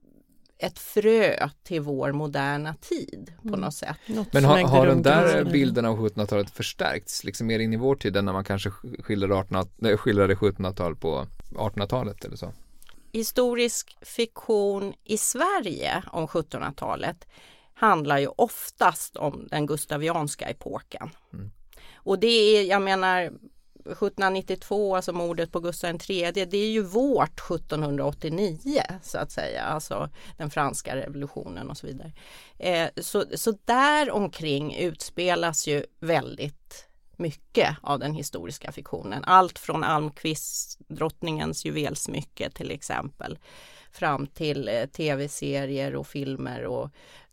ett frö till vår moderna tid på mm. något sätt. Något Men har, har den där bilden av sjuttonhundratalet förstärkts liksom mer in i vår tid än när man kanske skildrade, skildrade sjuttonhundratal på artonhundratalet eller så? Historisk fiktion i Sverige om sjuttonhundratalet handlar ju oftast om den gustavianska epoken. Mm. Och det är, jag menar, sjuttonhundranittiotvå, alltså mordet på Gustav den tredje, det är ju vårt sjuttonhundraåttionio så att säga, alltså den franska revolutionen och så vidare. Eh, så, så där omkring utspelas ju väldigt mycket av den historiska fiktionen. Allt från Almqvist, drottningens juvelsmycke till exempel, fram till eh, tv-serier och filmer och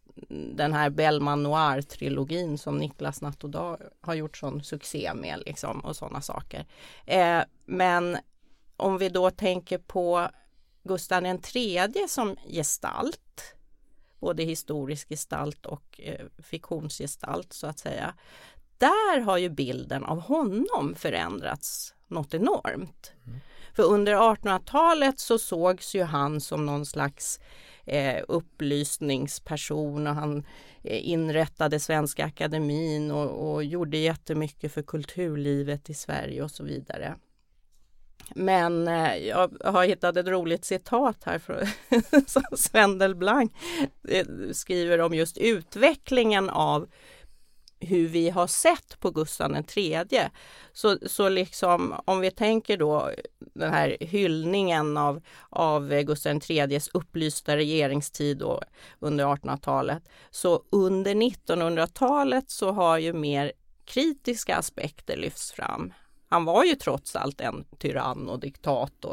den här Bellman Noir-trilogin som Niklas Natt och Dag har gjort sån succé med liksom, och sådana saker. Eh, men om vi då tänker på Gustav den tredje som gestalt, både historisk gestalt och eh, fiktionsgestalt så att säga, där har ju bilden av honom förändrats något enormt. Mm. För under artonhundratalet så sågs ju han som någon slags eh, upplysningsperson, och han eh, inrättade Svenska Akademin och, och gjorde jättemycket för kulturlivet i Sverige och så vidare. Men eh, jag har hittat ett roligt citat här från som Sven Delblanc eh, skriver om just utvecklingen av hur vi har sett på Gustav den tredje. Så, så liksom om vi tänker då den här hyllningen av, av Gustav den tredjes upplysta regeringstid då, under artonhundratalet. Så under nittonhundratalet så har ju mer kritiska aspekter lyfts fram. Han var ju trots allt en tyrann och diktator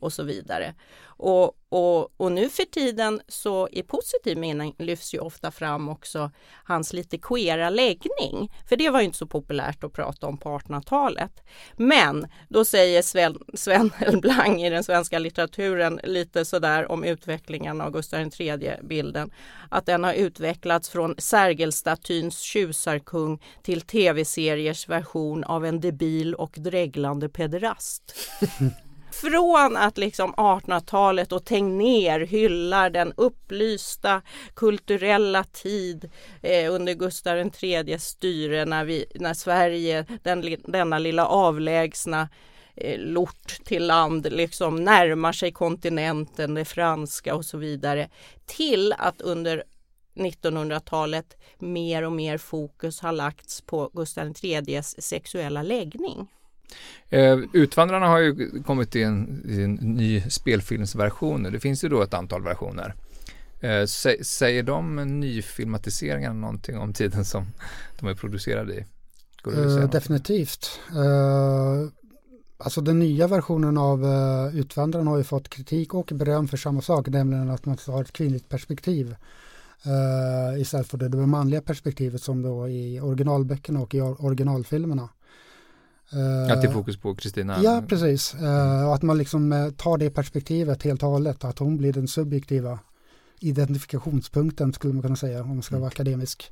och så vidare. Och, och, och nu för tiden så i positiv mening lyfts ju ofta fram också hans lite queera läggning. För det var ju inte så populärt att prata om på artonhundratalet. Men då säger Sven, Sven Hellblang i den svenska litteraturen lite sådär om utvecklingen av Gustav den tredje-bilden. Att den har utvecklats från Sergelstatyns tjusarkung till tv-seriers version av en debil och dreglande pederast. Från att liksom artonhundratalet och Tegnér hyllar den upplysta kulturella tid eh, under Gustav den tredjes styre när, vi, när Sverige, den, denna lilla avlägsna eh, lort till land liksom närmar sig kontinenten, det franska och så vidare, till att under nittonhundratalet mer och mer fokus har lagts på Gustav den tredjes sexuella läggning. Eh, Utvandrarna har ju kommit i en, i en ny spelfilmsversion. Det finns ju då ett antal versioner. Eh, sä, säger de nyfilmatiseringar någonting om tiden som de är producerade i? Uh, definitivt. Uh, alltså den nya versionen av uh, Utvandrarna har ju fått kritik och beröm för samma sak, nämligen att man har ett kvinnligt perspektiv. Uh, istället för det, det manliga perspektivet som då i originalböckerna och i originalfilmerna. Uh, att det är fokus på Kristina. Ja, precis. Uh, och att man liksom uh, tar det perspektivet helt och hållet. Att hon blir den subjektiva identifikationspunkten, skulle man kunna säga, om man ska vara akademisk.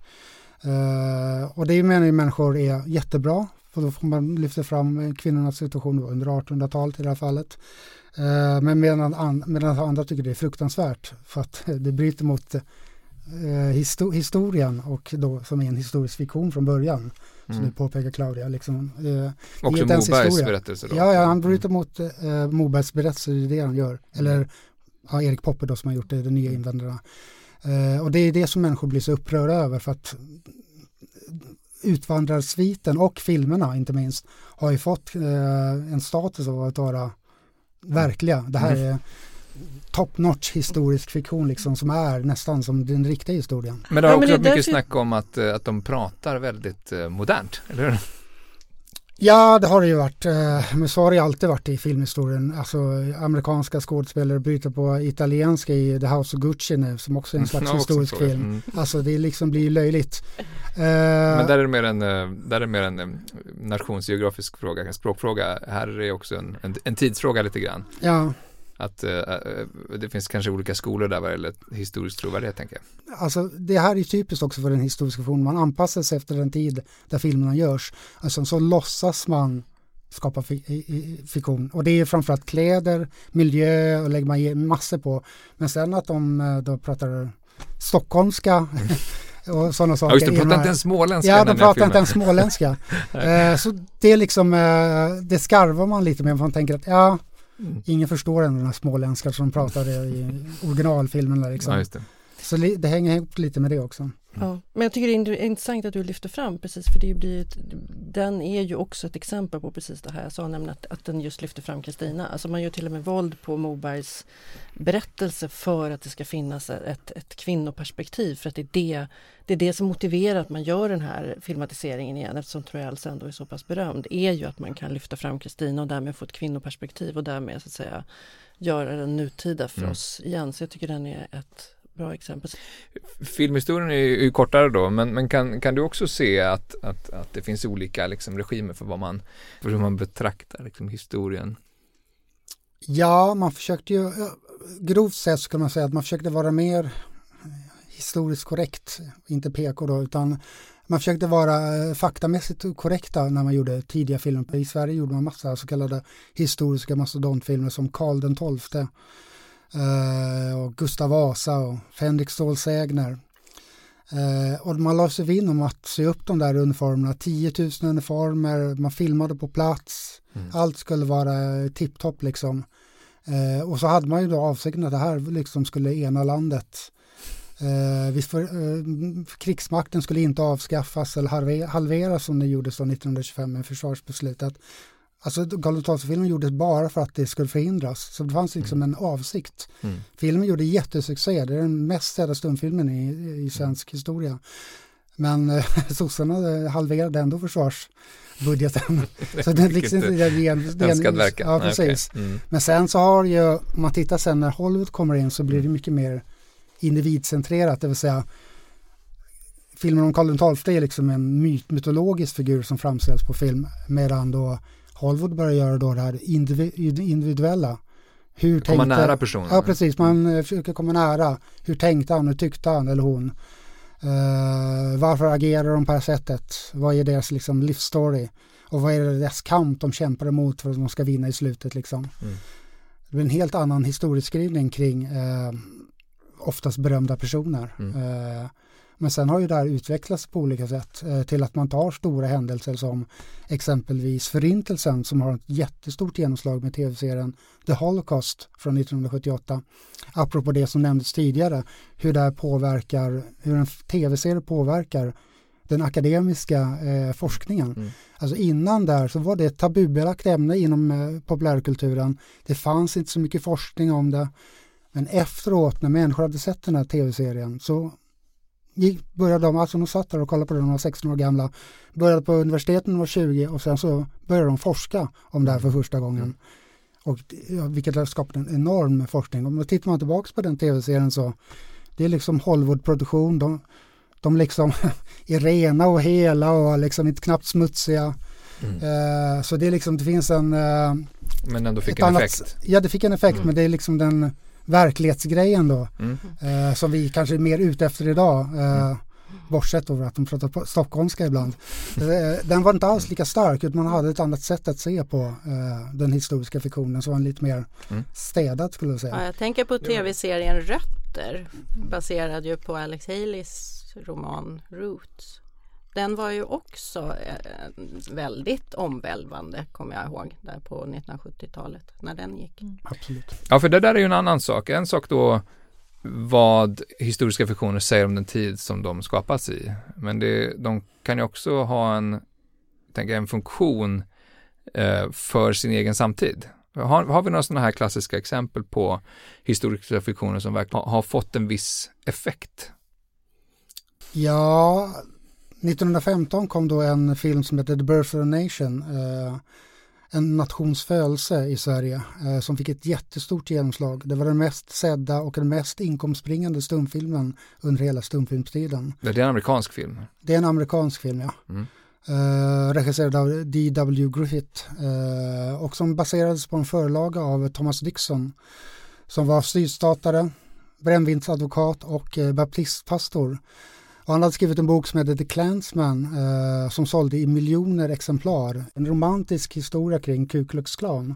Uh, och det menar ju människor är jättebra. För då får man lyfta fram kvinnornas situation under artonhundratalet i det här fallet. Uh, men medan, an, medan andra tycker det är fruktansvärt. För att det bryter mot uh, histo- historien och då, som är en historisk fiktion från början. Som mm. du påpekar, Claudia. Liksom, eh, också Mobergs berättelse då? Ja, ja, han bryter mm. mot eh, Mobergs berättelse, det är det han gör. Eller ja, Erik Poppe då som har gjort det, de nya invandrarna. Eh, och det är det som människor blir så upprörda över, för att Utvandrarsviten och filmerna inte minst har ju fått eh, en status av att vara verkliga. Det här är top-notch historisk fiktion liksom, som är nästan som den riktiga historien. Men det har också ja, varit mycket därför... snack om att, att de pratar väldigt uh, modernt, eller hur? Ja, det har det ju varit. Men så har det alltid varit i filmhistorien. Alltså amerikanska skådespelare bryter på italienska i The House of Gucci nu, som också är en slags mm, historisk film. Mm. Alltså det liksom blir löjligt. Men där är det mer en, där är det mer en nationsgeografisk fråga, en språkfråga. Här är det också en, en, en tidsfråga lite grann. Ja. Att uh, det finns kanske olika skolor där vad gäller historisk trovärdighet, tänker jag. Alltså det här är typiskt också för den historiska fiktionen. Man anpassar sig efter den tid där filmerna görs. Alltså så låtsas man skapa fi- fiktion. Och det är framförallt kläder, miljö och lägger man massor på. Men sen att de då pratar stockholmska och sådana saker. Ja, just det, pratar inte en småländska. Ja, de pratar inte en småländska. eh, så det är liksom, eh, det skarvar man lite med. Man tänker att ja, Mm. ingen förstår ändå den här småländska som pratade i originalfilmen. Där, liksom. Ja, just det. Så li- det hänger ihop lite med det också. Ja, men jag tycker det är intressant att du lyfter fram precis, för det blir ett, den är ju också ett exempel på precis det här jag sa, nämligen att, att den just lyfter fram Kristina. Alltså man gör till och med våld på Mobergs berättelse för att det ska finnas ett, ett kvinnoperspektiv, för att det är det, det är det som motiverar att man gör den här filmatiseringen igen, eftersom Troells ändå är så pass berömd, är ju att man kan lyfta fram Kristina och därmed få ett kvinnoperspektiv och därmed så att säga göra den nutida för mm. oss igen. Så jag tycker den är ett bra exempel. Filmhistorien är ju kortare då, men, men kan, kan du också se att, att, att det finns olika liksom, regimer för vad man, för hur man betraktar liksom, historien? Ja, man försökte ju, grovt sett så kan man säga att man försökte vara mer historiskt korrekt, inte P K då, utan man försökte vara faktamässigt korrekta när man gjorde tidiga filmer. I Sverige gjorde man massa så kallade historiska mastodontfilmer som Karl den tolfte Uh, och Gustav Vasa och Fänrik Stålsägner. Uh, och man la sig vinn om att se upp de där uniformerna. tio tusen uniformer, man filmade på plats. Mm. Allt skulle vara tipptopp liksom. Uh, och så hade man ju då avsikten att det här liksom skulle ena landet. Uh, visst för, uh, krigsmakten skulle inte avskaffas eller halver, halveras som det gjordes då nittonhundratjugofem med försvarsbeslutet. Alltså Karl den tolfte-filmen gjordes bara för att det skulle förhindras. Så det fanns liksom mm. en avsikt. Mm. Filmen gjorde jättesuccé. Det är den mest sedda stumfilmen i, i svensk mm. historia. Men eh, sossarna halverade ändå försvarsbudgeten. Så det är liksom inte den önskad verkan. Ja, precis. Okay. Mm. Men sen så har ju, om man tittar sen när Hollywood kommer in så blir det mycket mer individcentrerat, det vill säga filmen om Karl den tolfte är liksom en myt, mytologisk figur som framställs på film, medan då Hollywood börjar göra då det här individuella. Hur komma tänkte, nära personen. Ja, precis. Man försöker komma nära. Hur tänkte han? Hur tyckte han eller hon? Uh, varför agerar de på det här sättet? Vad är deras liksom, livsstory? Och vad är det deras kamp de kämpar emot för att de ska vinna i slutet? Liksom? Mm. Det blir en helt annan historieskrivning kring uh, oftast berömda personer. Mm. Uh, Men sen har ju det här utvecklats på olika sätt eh, till att man tar stora händelser som exempelvis Förintelsen som har ett jättestort genomslag med tv-serien The Holocaust från nittonhundrasjuttioåtta. Apropå det som nämndes tidigare, hur det här påverkar, hur en tv-serie påverkar den akademiska eh, forskningen. Mm. Alltså innan där så var det ett tabubelagt ämne inom eh, populärkulturen. Det fanns inte så mycket forskning om det. Men efteråt när människor hade sett den här tv-serien så gick, började de, alltså de satt där och kollade på den, de var sexton år gamla, började på universitetet när de var tjugo och sen så började de forska om det här för första gången. Mm. Och ja, vilket har skapat en enorm forskning. Om man tittar man tillbaka på den tv-serien så det är liksom Hollywood-produktion, de, de liksom är rena och hela och liksom inte knappt smutsiga. Mm. Uh, så det är liksom, det finns en uh, men ändå fick en annat, effekt. Ja, det fick en effekt, mm. men det är liksom den verklighetsgrejen då mm. eh, som vi kanske är mer ute efter idag eh, mm. bortsett över att de pratar på stockholmska ibland. eh, den var inte alls lika stark utan man hade ett annat sätt att se på eh, den historiska fiktionen som var lite mer mm. städad skulle jag säga. Ja, jag tänker på tv-serien Rötter baserad ju på Alex Haleys roman Roots. Den var ju också eh, väldigt omvälvande, kommer jag ihåg, där på nittonhundrasjuttiotalet när den gick. Mm. Absolut. Ja, för det där är ju en annan sak. En sak då vad historiska fiktioner säger om den tid som de skapas i. Men det, de kan ju också ha en, tänker jag, en funktion eh, för sin egen samtid. Har, har vi några sådana här klassiska exempel på historiska fiktioner som verkligen har, har fått en viss effekt? Ja, nittonhundrafemton kom då en film som heter The Birth of a Nation, eh, en nations födelse i Sverige eh, som fick ett jättestort genomslag. Det var den mest sedda och den mest inkomstbringande stumfilmen under hela stumfilmstiden. Det är en amerikansk film? Det är en amerikansk film, ja. Mm. Eh, regisserad av D W Griffith eh, och som baserades på en förlaga av Thomas Dixon som var sydstatare, brännvinsadvokat och eh, baptistpastor. Och han hade skrivit en bok som heter The Klansman eh, som sålde i miljoner exemplar. En romantisk historia kring Ku Klux Klan.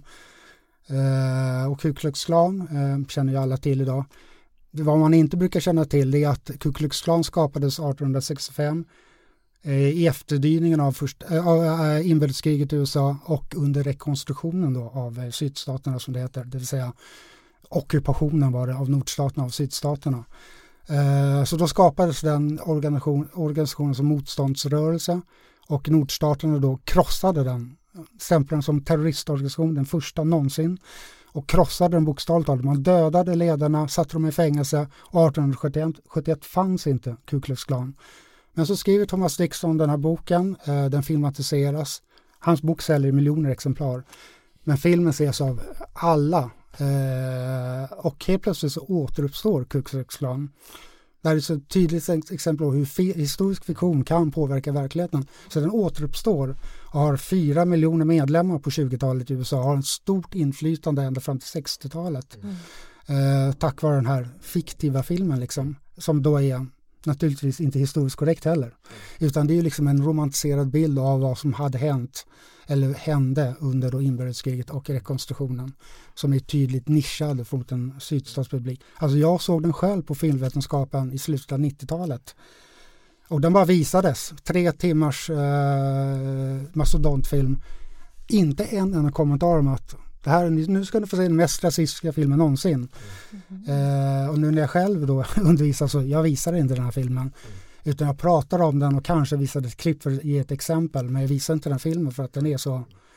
Eh, och Ku Klux Klan eh, känner ju alla till idag. Det, vad man inte brukar känna till är att Ku Klux Klan skapades arton sextiofem eh, i efterdyningen av först, äh, äh, inbördeskriget i U S A och under rekonstruktionen då av eh, sydstaterna som det heter. Det vill säga ockupationen var det av nordstaterna av sydstaterna. Så då skapades den organisation, organisationen som motståndsrörelse och nordstaterna då krossade den, stämplade den som terroristorganisation, den första någonsin och krossade den bokstavligt talat. Man dödade ledarna, satte dem i fängelse och arton sjuttioett fanns inte Ku Klux Klan. Men så skriver Thomas Dixon den här boken, den filmatiseras, hans bok säljer miljoner exemplar men filmen ses av alla. Eh, och helt plötsligt så återuppstår Ku Klux Klan. Det här är så tydligt exempel på hur fi- historisk fiktion kan påverka verkligheten. Så den återuppstår och har fyra miljoner medlemmar på tjugotalet i U S A. Har en stort inflytande ända fram till sextiotalet. Mm. Eh, tack vare den här fiktiva filmen liksom. Som då är naturligtvis inte historiskt korrekt heller. Utan det är ju liksom en romantiserad bild av vad som hade hänt eller hände under då inbördeskriget och rekonstruktionen som är tydligt nischad mot en sydstatspublik. Alltså jag såg den själv på filmvetenskapen i slutet av nittiotalet och den bara visades. Tre timmars eh, mastodontfilm. Inte en enda kommentar om att det här, nu ska du få se den mest rasistiska filmen någonsin. Mm. Eh, och nu när jag själv då undervisar så jag visar inte den här filmen. Mm. Utan jag pratar om den och kanske visar ett klipp för att ge ett exempel. Men jag visar inte den filmen för att den är så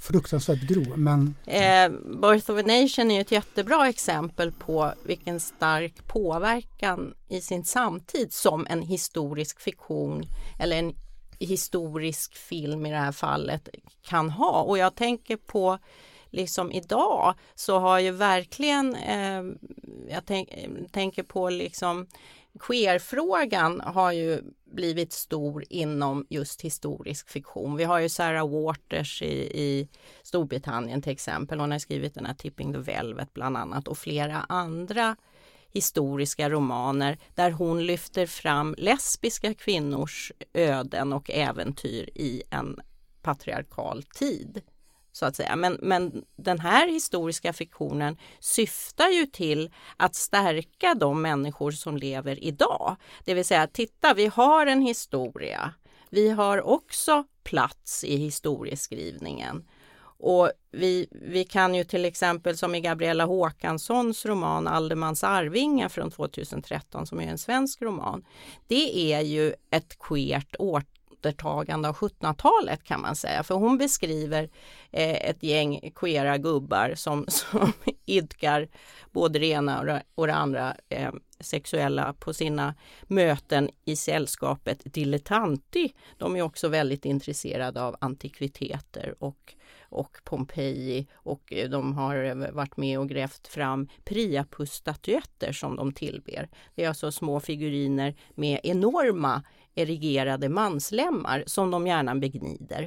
fruktansvärt grov. Men... Eh, Birth of a Nation är ju ett jättebra exempel på vilken stark påverkan i sin samtid som en historisk fiktion eller en historisk film i det här fallet kan ha. Och jag tänker på liksom idag så har ju verkligen eh, jag tänk, tänker på liksom queerfrågan har ju blivit stor inom just historisk fiktion. Vi har ju Sarah Waters i, i Storbritannien till exempel. Hon har skrivit den här Tipping the Velvet bland annat och flera andra historiska romaner där hon lyfter fram lesbiska kvinnors öden och äventyr i en patriarkal tid. Så att säga. Men, men den här historiska fiktionen syftar ju till att stärka de människor som lever idag. Det vill säga, titta, vi har en historia. Vi har också plats i historieskrivningen. Och vi, vi kan ju till exempel som i Gabriella Håkanssons roman Aldemans arvingar från tjugohundratretton som är en svensk roman. Det är ju ett queert återtagande av sjuttonhundratalet kan man säga. För hon beskriver eh, ett gäng queera gubbar som, som idkar både det ena och det, och det andra eh, sexuella på sina möten i sällskapet Dilettanti. De är också väldigt intresserade av antikviteter och och Pompeji och de har varit med och grävt fram Priapus-statyetter som de tillber. Det är alltså små figuriner med enorma erigerade manslemmar som de gärna begnider.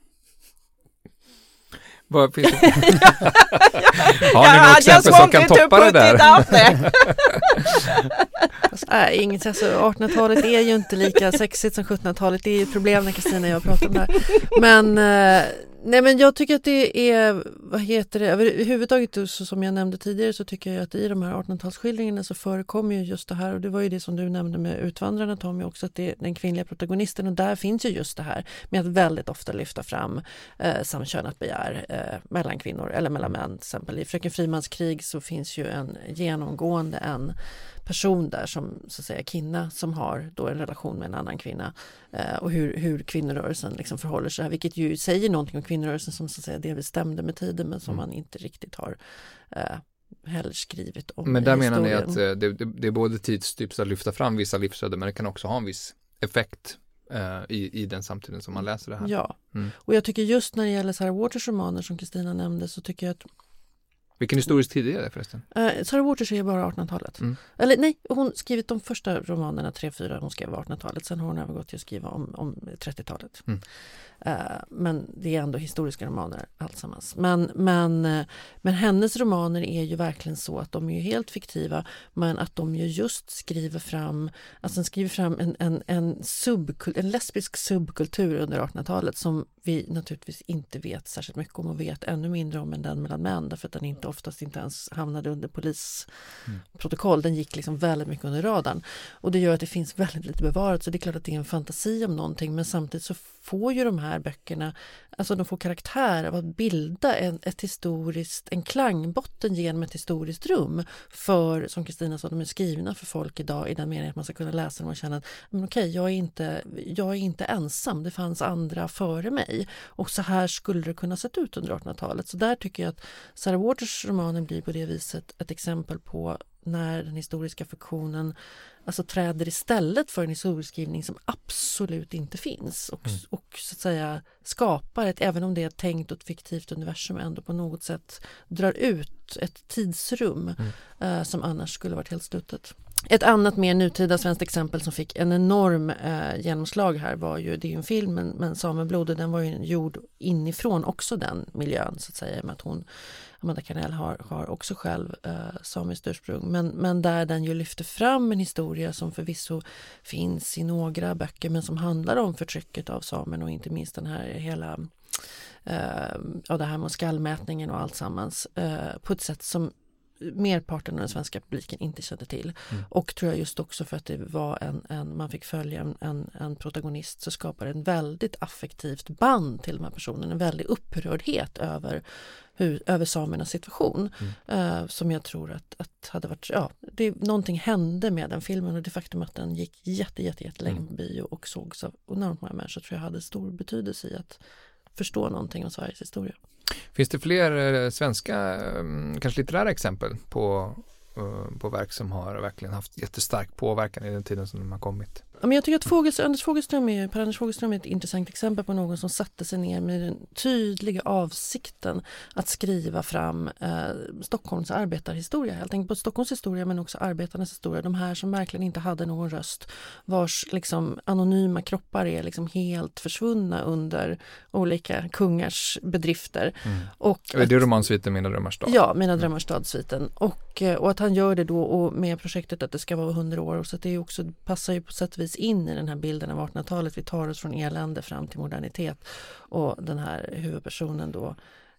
Vad finns det? Har ni något exempel som kan toppa det där? Nej, inget, alltså, artonhundratalet är ju inte lika sexigt som sjuttonhundratalet. Det är ju problem när Kristina och jag pratar om det här. Men, eh, nej, men jag tycker att det är, vad heter det, överhuvudtaget så, som jag nämnde tidigare så tycker jag att i de här artonhundratalsskildringarna så förekommer ju just det här, och det var ju det som du nämnde med Utvandrarna, Tommy, också, att det är den kvinnliga protagonisten, och där finns ju just det här med att väldigt ofta lyfta fram eh, samkönat begär eh, mellan kvinnor eller mellan män. Till exempel i Fröken Frimans krig så finns ju en genomgående en person där som så att säga kvinna som har då en relation med en annan kvinna eh, och hur, hur kvinnorörelsen liksom förhåller sig, vilket ju säger någonting om kvinnorörelsen som så att säga delvis stämde med tiden men som mm. man inte riktigt har eh, heller skrivit om. Men där menar ni att det, det, det är både tidstyps att lyfta fram vissa livsöden, men det kan också ha en viss effekt eh, i, i den samtiden som man läser det här. Ja, mm. och jag tycker just när det gäller Sarah Waters romaner som Kristina nämnde så tycker jag att vilken historisk tid är det förresten? Uh, Sarah Waters är bara artonhundratalet. Mm. Eller nej, hon skrivit de första romanerna, tre, fyra, hon skrev artonhundratalet. Sen har hon övergått till att skriva om, om trettiotalet. Mm. Uh, men det är ändå historiska romaner alltsammans. Men, men, uh, men hennes romaner är ju verkligen så att de är ju helt fiktiva, men att de ju just skriver fram, alltså skriver fram en, en, en, subkul- en lesbisk subkultur under artonhundratalet som vi naturligtvis inte vet särskilt mycket om och vet ännu mindre om än den mellan män, därför att den inte oftast inte ens hamnade under polisprotokoll. Mm. Den gick liksom väldigt mycket under radarn. Och det gör att det finns väldigt lite bevarat, så det är klart att det är en fantasi om någonting, men samtidigt så får ju de här böckerna, alltså de får karaktär av att bilda en, ett historiskt, en klangbotten genom ett historiskt rum för, som Kristina sa, de är skrivna för folk idag i den meningen att man ska kunna läsa dem och känna att men okej, jag är inte, jag är inte ensam, det fanns andra före mig och så här skulle det kunna sett ut under artonhundratalet. Så där tycker jag att Sarah Waters romanen blir på det viset ett exempel på när den historiska fiktionen alltså träder istället för en historieskrivning som absolut inte finns och, mm. och så att säga skapar ett, även om det är ett tänkt och ett fiktivt universum, ändå på något sätt drar ut ett tidsrum mm. uh, som annars skulle varit helt slutet. Ett annat mer nutida svenskt exempel som fick en enorm eh, genomslag här var ju, det är ju en film, men, men Sameblod, den var ju gjord inifrån också den miljön så att säga, med att hon, Amanda Carnell har, har också själv eh, samiskt ursprung, men, men där den ju lyfter fram en historia som förvisso finns i några böcker men som handlar om förtrycket av samen och inte minst den här hela eh, ja, det här med skallmätningen och allt sammans eh, på ett sätt som merparten av den svenska publiken inte kände till. Mm. Och tror jag just också för att det var en, en man fick följa en, en, en protagonist så skapar en väldigt affektivt band till de här personerna, en väldig upprördhet över, hur, över samernas situation mm. uh, som jag tror att, att hade varit, ja, det, någonting hände med den filmen och det faktum att den gick jätte, jätte, jättelänge på bio och sågs av enormt många människor tror jag hade stor betydelse i att förstå någonting om Sveriges historia. Finns det fler svenska, kanske litterära exempel på, på verk som har verkligen haft jättestark påverkan i den tiden som de har kommit? Ja, men jag tycker att Fogelström, Anders Fogelström är, Per Anders Fogelström är ett intressant exempel på någon som satte sig ner med den tydliga avsikten att skriva fram eh, Stockholms arbetarhistoria. Helt enkelt på Stockholms historia men också arbetarnas historia. De här som verkligen inte hade någon röst, vars liksom, anonyma kroppar är liksom helt försvunna under olika kungars bedrifter. Mm. Och det är romansviten Mina drömmars stad. Ja, Mina drömmars stad-sviten. Och, och att han gör det då och med projektet att det ska vara hundra år. Så att det är också, passar ju på sätt och vis in i den här bilden av artonhundratalet. Vi tar oss från elände fram till modernitet. Och den här huvudpersonen då,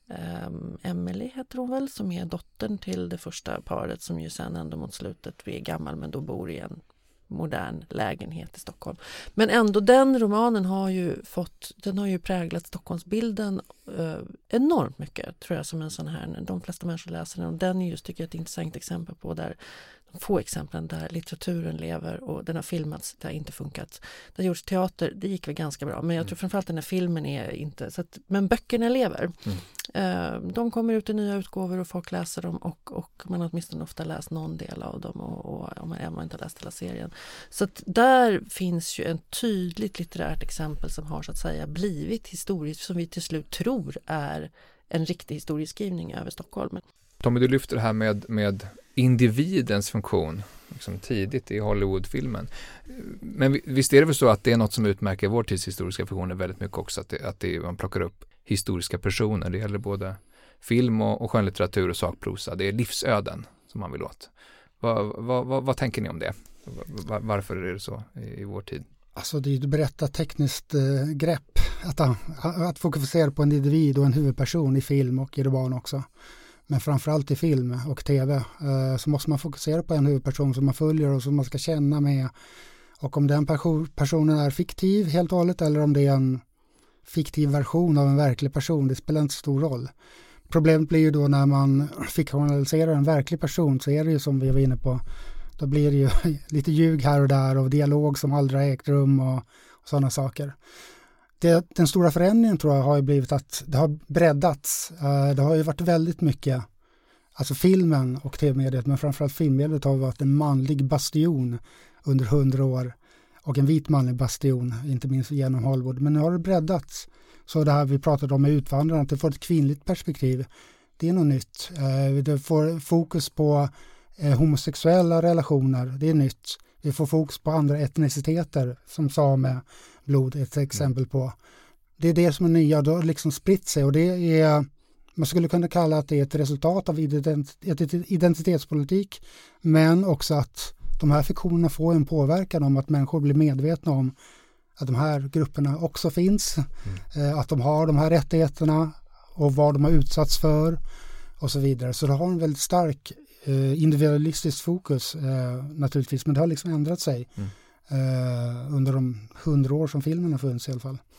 um, Emily heter hon väl, som är dottern till det första paret som ju sen ändå mot slutet, vi är gammal men då bor i en modern lägenhet i Stockholm. Men ändå den romanen har ju fått, den har ju präglat Stockholmsbilden eh, enormt mycket, tror jag, som en sån här, de flesta människor läser den, och den är just, tycker jag, ett intressant exempel på där, få exemplen där litteraturen lever och den har filmats, det har inte funkat. Det har gjorts teater, det gick väl ganska bra, men jag tror framförallt den här filmen är inte, så att, men böckerna lever. Mm. Uh, de kommer ut i nya utgåvor och folk läser dem och, och man har åtminstone ofta läst någon del av dem och, och om man, man inte har läst hela serien. Så att där finns ju en tydligt litterärt exempel som har så att säga blivit historiskt, som vi till slut tror är en riktig historieskrivning över Stockholm. Tommy, du lyfter det här med, med individens funktion liksom tidigt i Hollywoodfilmen. Men visst är det väl så att det är något som utmärker vår tids historiska fiktioner väldigt mycket också, att, det, att det, man plockar upp historiska personer. Det gäller både film och, och skönlitteratur och sakprosa. Det är livsöden som man vill åt. Vad, vad, vad, vad tänker ni om det? Var, varför är det så i, i vår tid? Alltså det är ett berättartekniskt eh, grepp att, att fokusera på en individ och en huvudperson i film och i roman också. Men framförallt i film och tv eh, så måste man fokusera på en huvudperson som man följer och som man ska känna med. Och om den personen är fiktiv helt och hållet eller om det är en fiktiv version av en verklig person, det spelar inte stor roll. Problemet blir ju då när man fiktionaliserar en verklig person, så är det ju som vi var inne på, då blir det ju lite ljug här och där och dialog som aldrig har ägt rum och, och sådana saker. Det, den stora förändringen tror jag har ju blivit att det har breddats. Uh, det har ju varit väldigt mycket, alltså filmen och tv-mediet, men framförallt filmmediet har varit en manlig bastion under hundra år och en vit manlig bastion, inte minst genom Hollywood. Men nu har det breddats. Så det här vi pratade om med utvandrarna, att det får ett kvinnligt perspektiv. Det är något nytt. Uh, det får fokus på uh, homosexuella relationer, det är nytt. Vi får fokus på andra etniciteter som same blod ett exempel på. Det är det som är nya, då liksom spritt sig och det är, man skulle kunna kalla att det är ett resultat av identitetspolitik, men också att de här fiktionerna får en påverkan om att människor blir medvetna om att de här grupperna också finns, mm. att de har de här rättigheterna och vad de har utsatts för och så vidare. Så det har en väldigt stark eh, individualistisk fokus eh, naturligtvis, men det har liksom ändrat sig. Mm. Uh, under de hundra år som filmen har funnits i alla fall.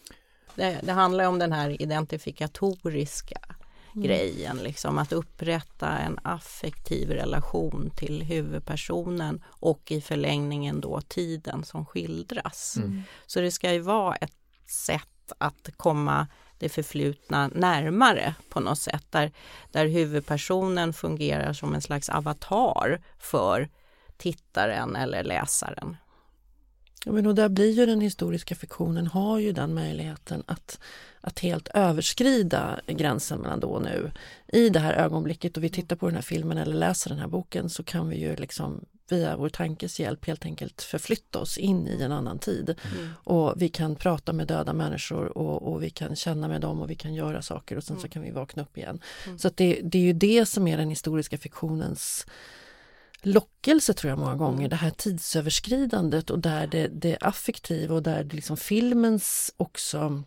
Det, det handlar om den här identifikatoriska mm. grejen, liksom att upprätta en affektiv relation till huvudpersonen och i förlängningen då tiden som skildras. Mm. Så det ska ju vara ett sätt att komma det förflutna närmare på något sätt, där, där huvudpersonen fungerar som en slags avatar för tittaren eller läsaren. Ja, men och där blir ju den historiska fiktionen, har ju den möjligheten att, att helt överskrida gränsen mellan då och nu. I det här ögonblicket, och vi tittar på den här filmen eller läser den här boken, så kan vi ju liksom via vår tankes hjälp helt enkelt förflytta oss in i en annan tid. Mm. Och vi kan prata med döda människor och, och vi kan känna med dem och vi kan göra saker och sen mm. så kan vi vakna upp igen. Mm. Så att det, det är ju det som är den historiska fiktionens lockelse, tror jag många gånger, det här tidsöverskridandet och där det, det affektiva och där det liksom filmens också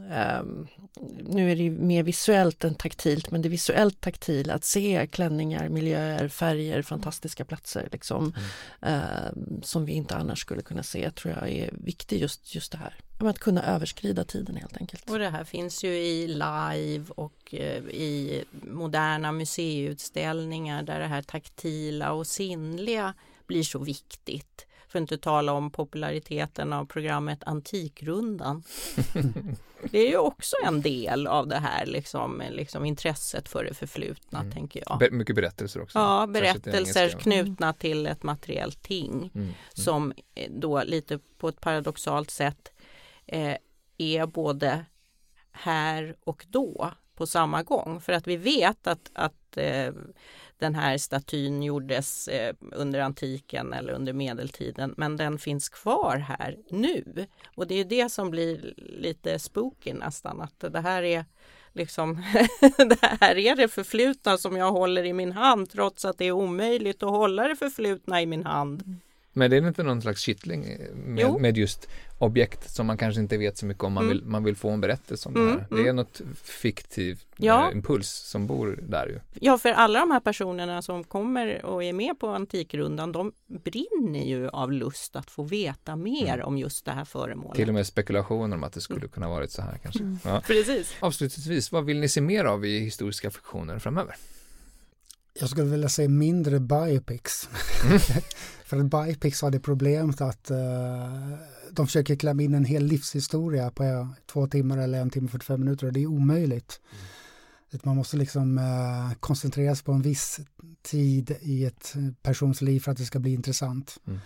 um, nu är det ju mer visuellt än taktilt, men det visuellt taktila, att se klänningar, miljöer, färger, fantastiska platser liksom, mm. uh, som vi inte annars skulle kunna se, tror jag är viktigt, just, just det här. Att kunna överskrida tiden helt enkelt. Och det här finns ju i live och eh, i moderna museiutställningar där det här taktila och sinnliga blir så viktigt. För att inte tala om populariteten av programmet Antikrundan. Det är ju också en del av det här liksom, liksom intresset för det förflutna, mm. tänker jag. Be- mycket berättelser också. Ja, berättelser knutna till ett materiellt ting mm. Mm. som då lite på ett paradoxalt sätt eh, är både här och då på samma gång. För att vi vet att, att eh, den här statyn gjordes eh, under antiken eller under medeltiden, men den finns kvar här nu. Och det är det som blir lite spooky nästan, att det här är liksom det här är det förflutna som jag håller i min hand, trots att det är omöjligt att hålla det förflutna i min hand. Men det är inte någon slags kittling med, med just objekt som man kanske inte vet så mycket om. Man, mm. vill, man vill få en berättelse om mm, det här. Det är mm. något fiktivt ja. impuls som bor där ju. Ja, för alla de här personerna som kommer och är med på Antikrundan, de brinner ju av lust att få veta mer mm. om just det här föremålet. Till och med spekulationer om att det skulle kunna varit så här kanske. Mm. Ja. Precis. Avslutningsvis, vad vill ni se mer av i historiska fiktioner framöver? Jag skulle vilja se mindre biopics. Mm. För att biopics har det problemet att uh, de försöker klämma in en hel livshistoria på uh, två timmar eller en timme och fyrtiofem minuter och det är omöjligt. Mm. Man måste liksom uh, koncentrera sig på en viss tid i ett persons liv för att det ska bli intressant. Mm.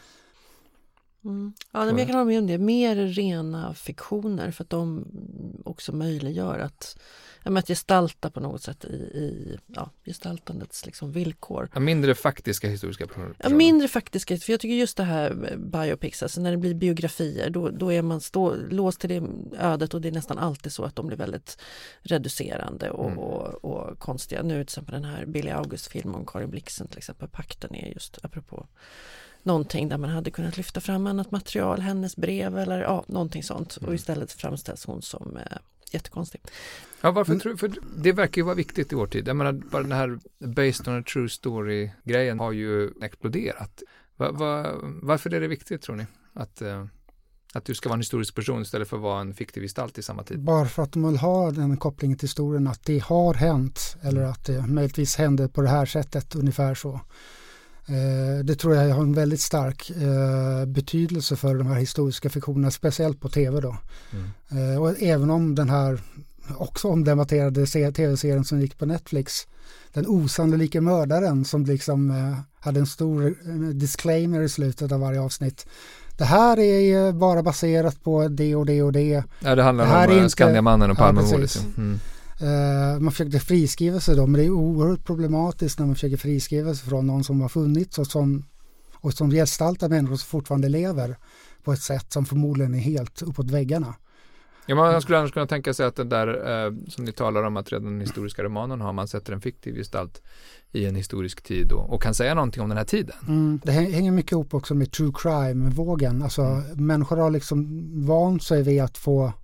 Mm. Ja, men jag kan ha med om det. Mer rena fiktioner för att de också möjliggör att, att gestalta på något sätt i, i ja, gestaltandets liksom villkor. Ja, mindre faktiska historiska personer. Ja, mindre faktiska, för jag tycker just det här biopics, alltså när det blir biografier, då, då är man stå, låst till det ödet och det är nästan alltid så att de blir väldigt reducerande och, mm. och, och konstiga. Nu till exempel den här Billy August-filmen om Karin Blixen till exempel, Pakten är just apropå någonting där man hade kunnat lyfta fram annat material, hennes brev eller ja, någonting sånt. Mm. Och istället framställs hon som eh, jättekonstig. Ja, varför mm. tror du? För det verkar ju vara viktigt i vår tid. Jag menar, bara den här based on a true story-grejen har ju exploderat. Va, va, varför är det viktigt, tror ni? Att, eh, att du ska vara en historisk person istället för att vara en fiktiv gestalt i samma tid? Bara för att de vill ha den kopplingen till historien att det har hänt eller att det möjligtvis hände på det här sättet, ungefär så. Eh, det tror jag har en väldigt stark eh, betydelse för de här historiska fiktionerna, speciellt på tv då. Mm. Eh, och även om den här också omdebatterade tv-serien som gick på Netflix, den osannolika mördaren som liksom eh, hade en stor eh, disclaimer i slutet av varje avsnitt. Det här är bara baserat på det och det och det. Ja, det handlar det om inte... Skandiamannen och Palmemordet. Ja, mm. Uh, man försökte friskriva sig då, men det är oerhört problematiskt när man försöker friskriva sig från någon som har funnits och som, och som gestaltar människor som fortfarande lever på ett sätt som förmodligen är helt uppåt väggarna. Ja, man skulle annars kunna tänka sig att det där eh, som ni talar om, att redan den historiska romanen har man sätter en fiktiv gestalt i en historisk tid och, och kan säga någonting om den här tiden. Mm, det hänger mycket ihop också med true crime-vågen. Alltså mm. människor har liksom vant sig vid att få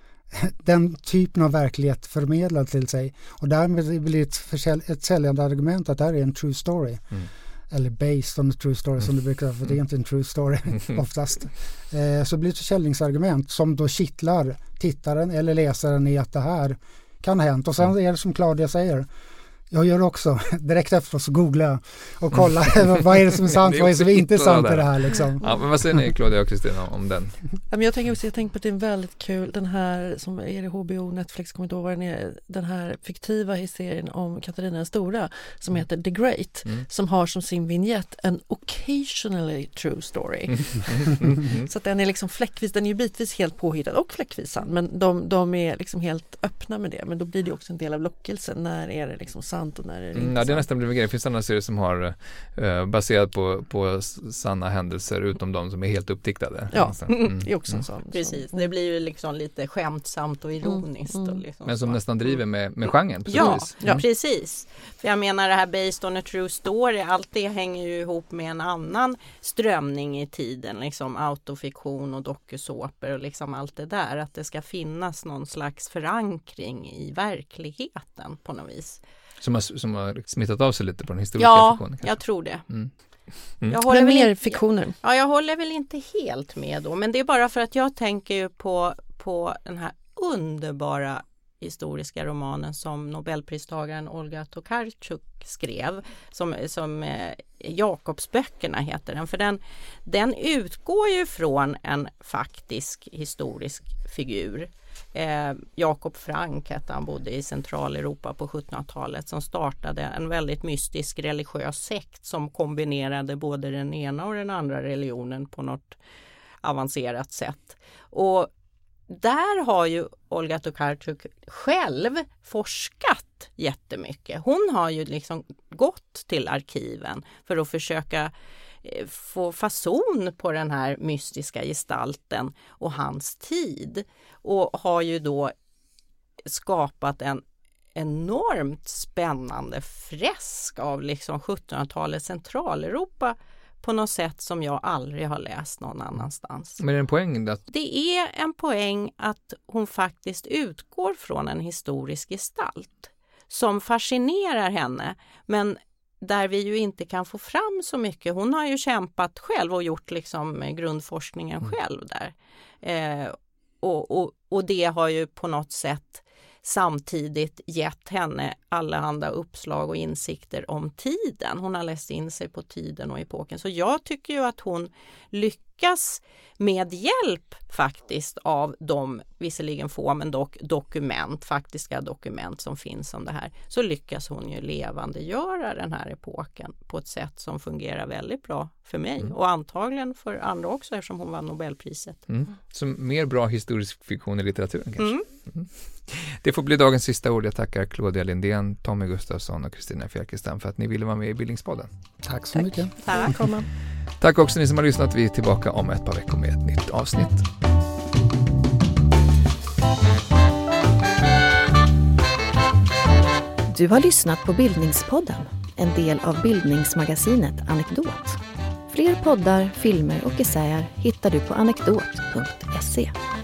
den typen av verklighet förmedlad till sig. Och därmed blir det ett, försälj- ett säljande argument att det här är en true story. Mm. Eller based on a true story som det brukar vara, för det är inte en true story oftast. Eh, så blir det ett försäljningsargument som då kittlar tittaren eller läsaren i att det här kan ha hänt. Och sen är det som Claudia säger, jag gör också, direkt efter så googlar jag och kollar mm. vad är det som är sant, vad är det som är inte sant i det här liksom. Ja, men vad säger ni, Claudia och Kristina, om den? Jag tänker också, jag tänker på att det är väldigt kul, den här som är det H B O, Netflix, kommer inte ihåg vad den är, den här fiktiva serien om Katarina den stora som heter The Great, mm. som har som sin vignett en occasionally true story. Mm. Så att den är liksom fläckvis, den är ju bitvis helt påhittad och fläckvis sann, men de, de är liksom helt öppna med det, men då blir det också en del av lockelsen, när är det liksom sant och när är det inte mm, ja, det är nästan blivit grej. Det finns andra serier som har uh, baserat på, på sanna händelser utom de som är helt uppdiktade. Ja, mm. det är också en sån. Precis, det blir ju liksom lite skämtsamt och ironiskt. Mm. Och liksom men som så. Nästan driver med, med genren på ja, vis. Mm. Ja, precis. För jag menar det här based on a true story, allt det hänger ju ihop med en annan strömning i tiden, liksom autofiktion och dokusåper och liksom allt det där, att det ska finnas någon slags förankring i verkligheten på något vis. Som har, som har smittat av sig lite på den historiska ja, fiktionen. Ja, jag tror det. Mm. Mm. Jag håller men väl mer inte, fiktioner. Ja, jag håller väl inte helt med då. Men det är bara för att jag tänker ju på, på den här underbara historiska romanen som Nobelpristagaren Olga Tokarczuk skrev, som, som eh, Jakobsböckerna heter den, för den, den utgår ju från en faktisk historisk figur. Eh, Jakob Frank hette han, bodde i Centraleuropa på sjuttonhundratalet, som startade en väldigt mystisk religiös sekt som kombinerade både den ena och den andra religionen på något avancerat sätt. Och där har ju Olga Tokarczuk själv forskat jättemycket. Hon har ju liksom gått till arkiven för att försöka få fason på den här mystiska gestalten och hans tid. Och har ju då skapat en enormt spännande fresk av liksom sjuttonhundratalets Centraleuropa på något sätt som jag aldrig har läst någon annanstans. Men är det en poäng? Att... Det är en poäng att hon faktiskt utgår från en historisk gestalt som fascinerar henne, men där vi ju inte kan få fram så mycket. Hon har ju kämpat själv och gjort liksom grundforskningen mm. själv där. Eh, och, och, och det har ju på något sätt samtidigt gett henne allehanda uppslag och insikter om tiden. Hon har läst in sig på tiden och epoken. Så jag tycker ju att hon lyckas med hjälp faktiskt av de, visserligen få men dock dokument, faktiska dokument som finns om det här. Så lyckas hon ju levandegöra den här epoken på ett sätt som fungerar väldigt bra för mig. Mm. Och antagligen för andra också eftersom hon vann Nobelpriset. Mm. Som mer bra historisk fiktion i litteraturen kanske. Mm. Mm. Det får bli dagens sista ord. Jag tackar Claudia Lindén, Tommy Gustafsson och Kristina Fjälkestam för att ni ville vara med i Bildningspodden. Tack så Tack. mycket. Tack. Tack också ni som har lyssnat. Vi är tillbaka om ett par veckor med ett nytt avsnitt. Du har lyssnat på Bildningspodden, en del av bildningsmagasinet Anekdot. Fler poddar, filmer och essäer hittar du på anekdot punkt se.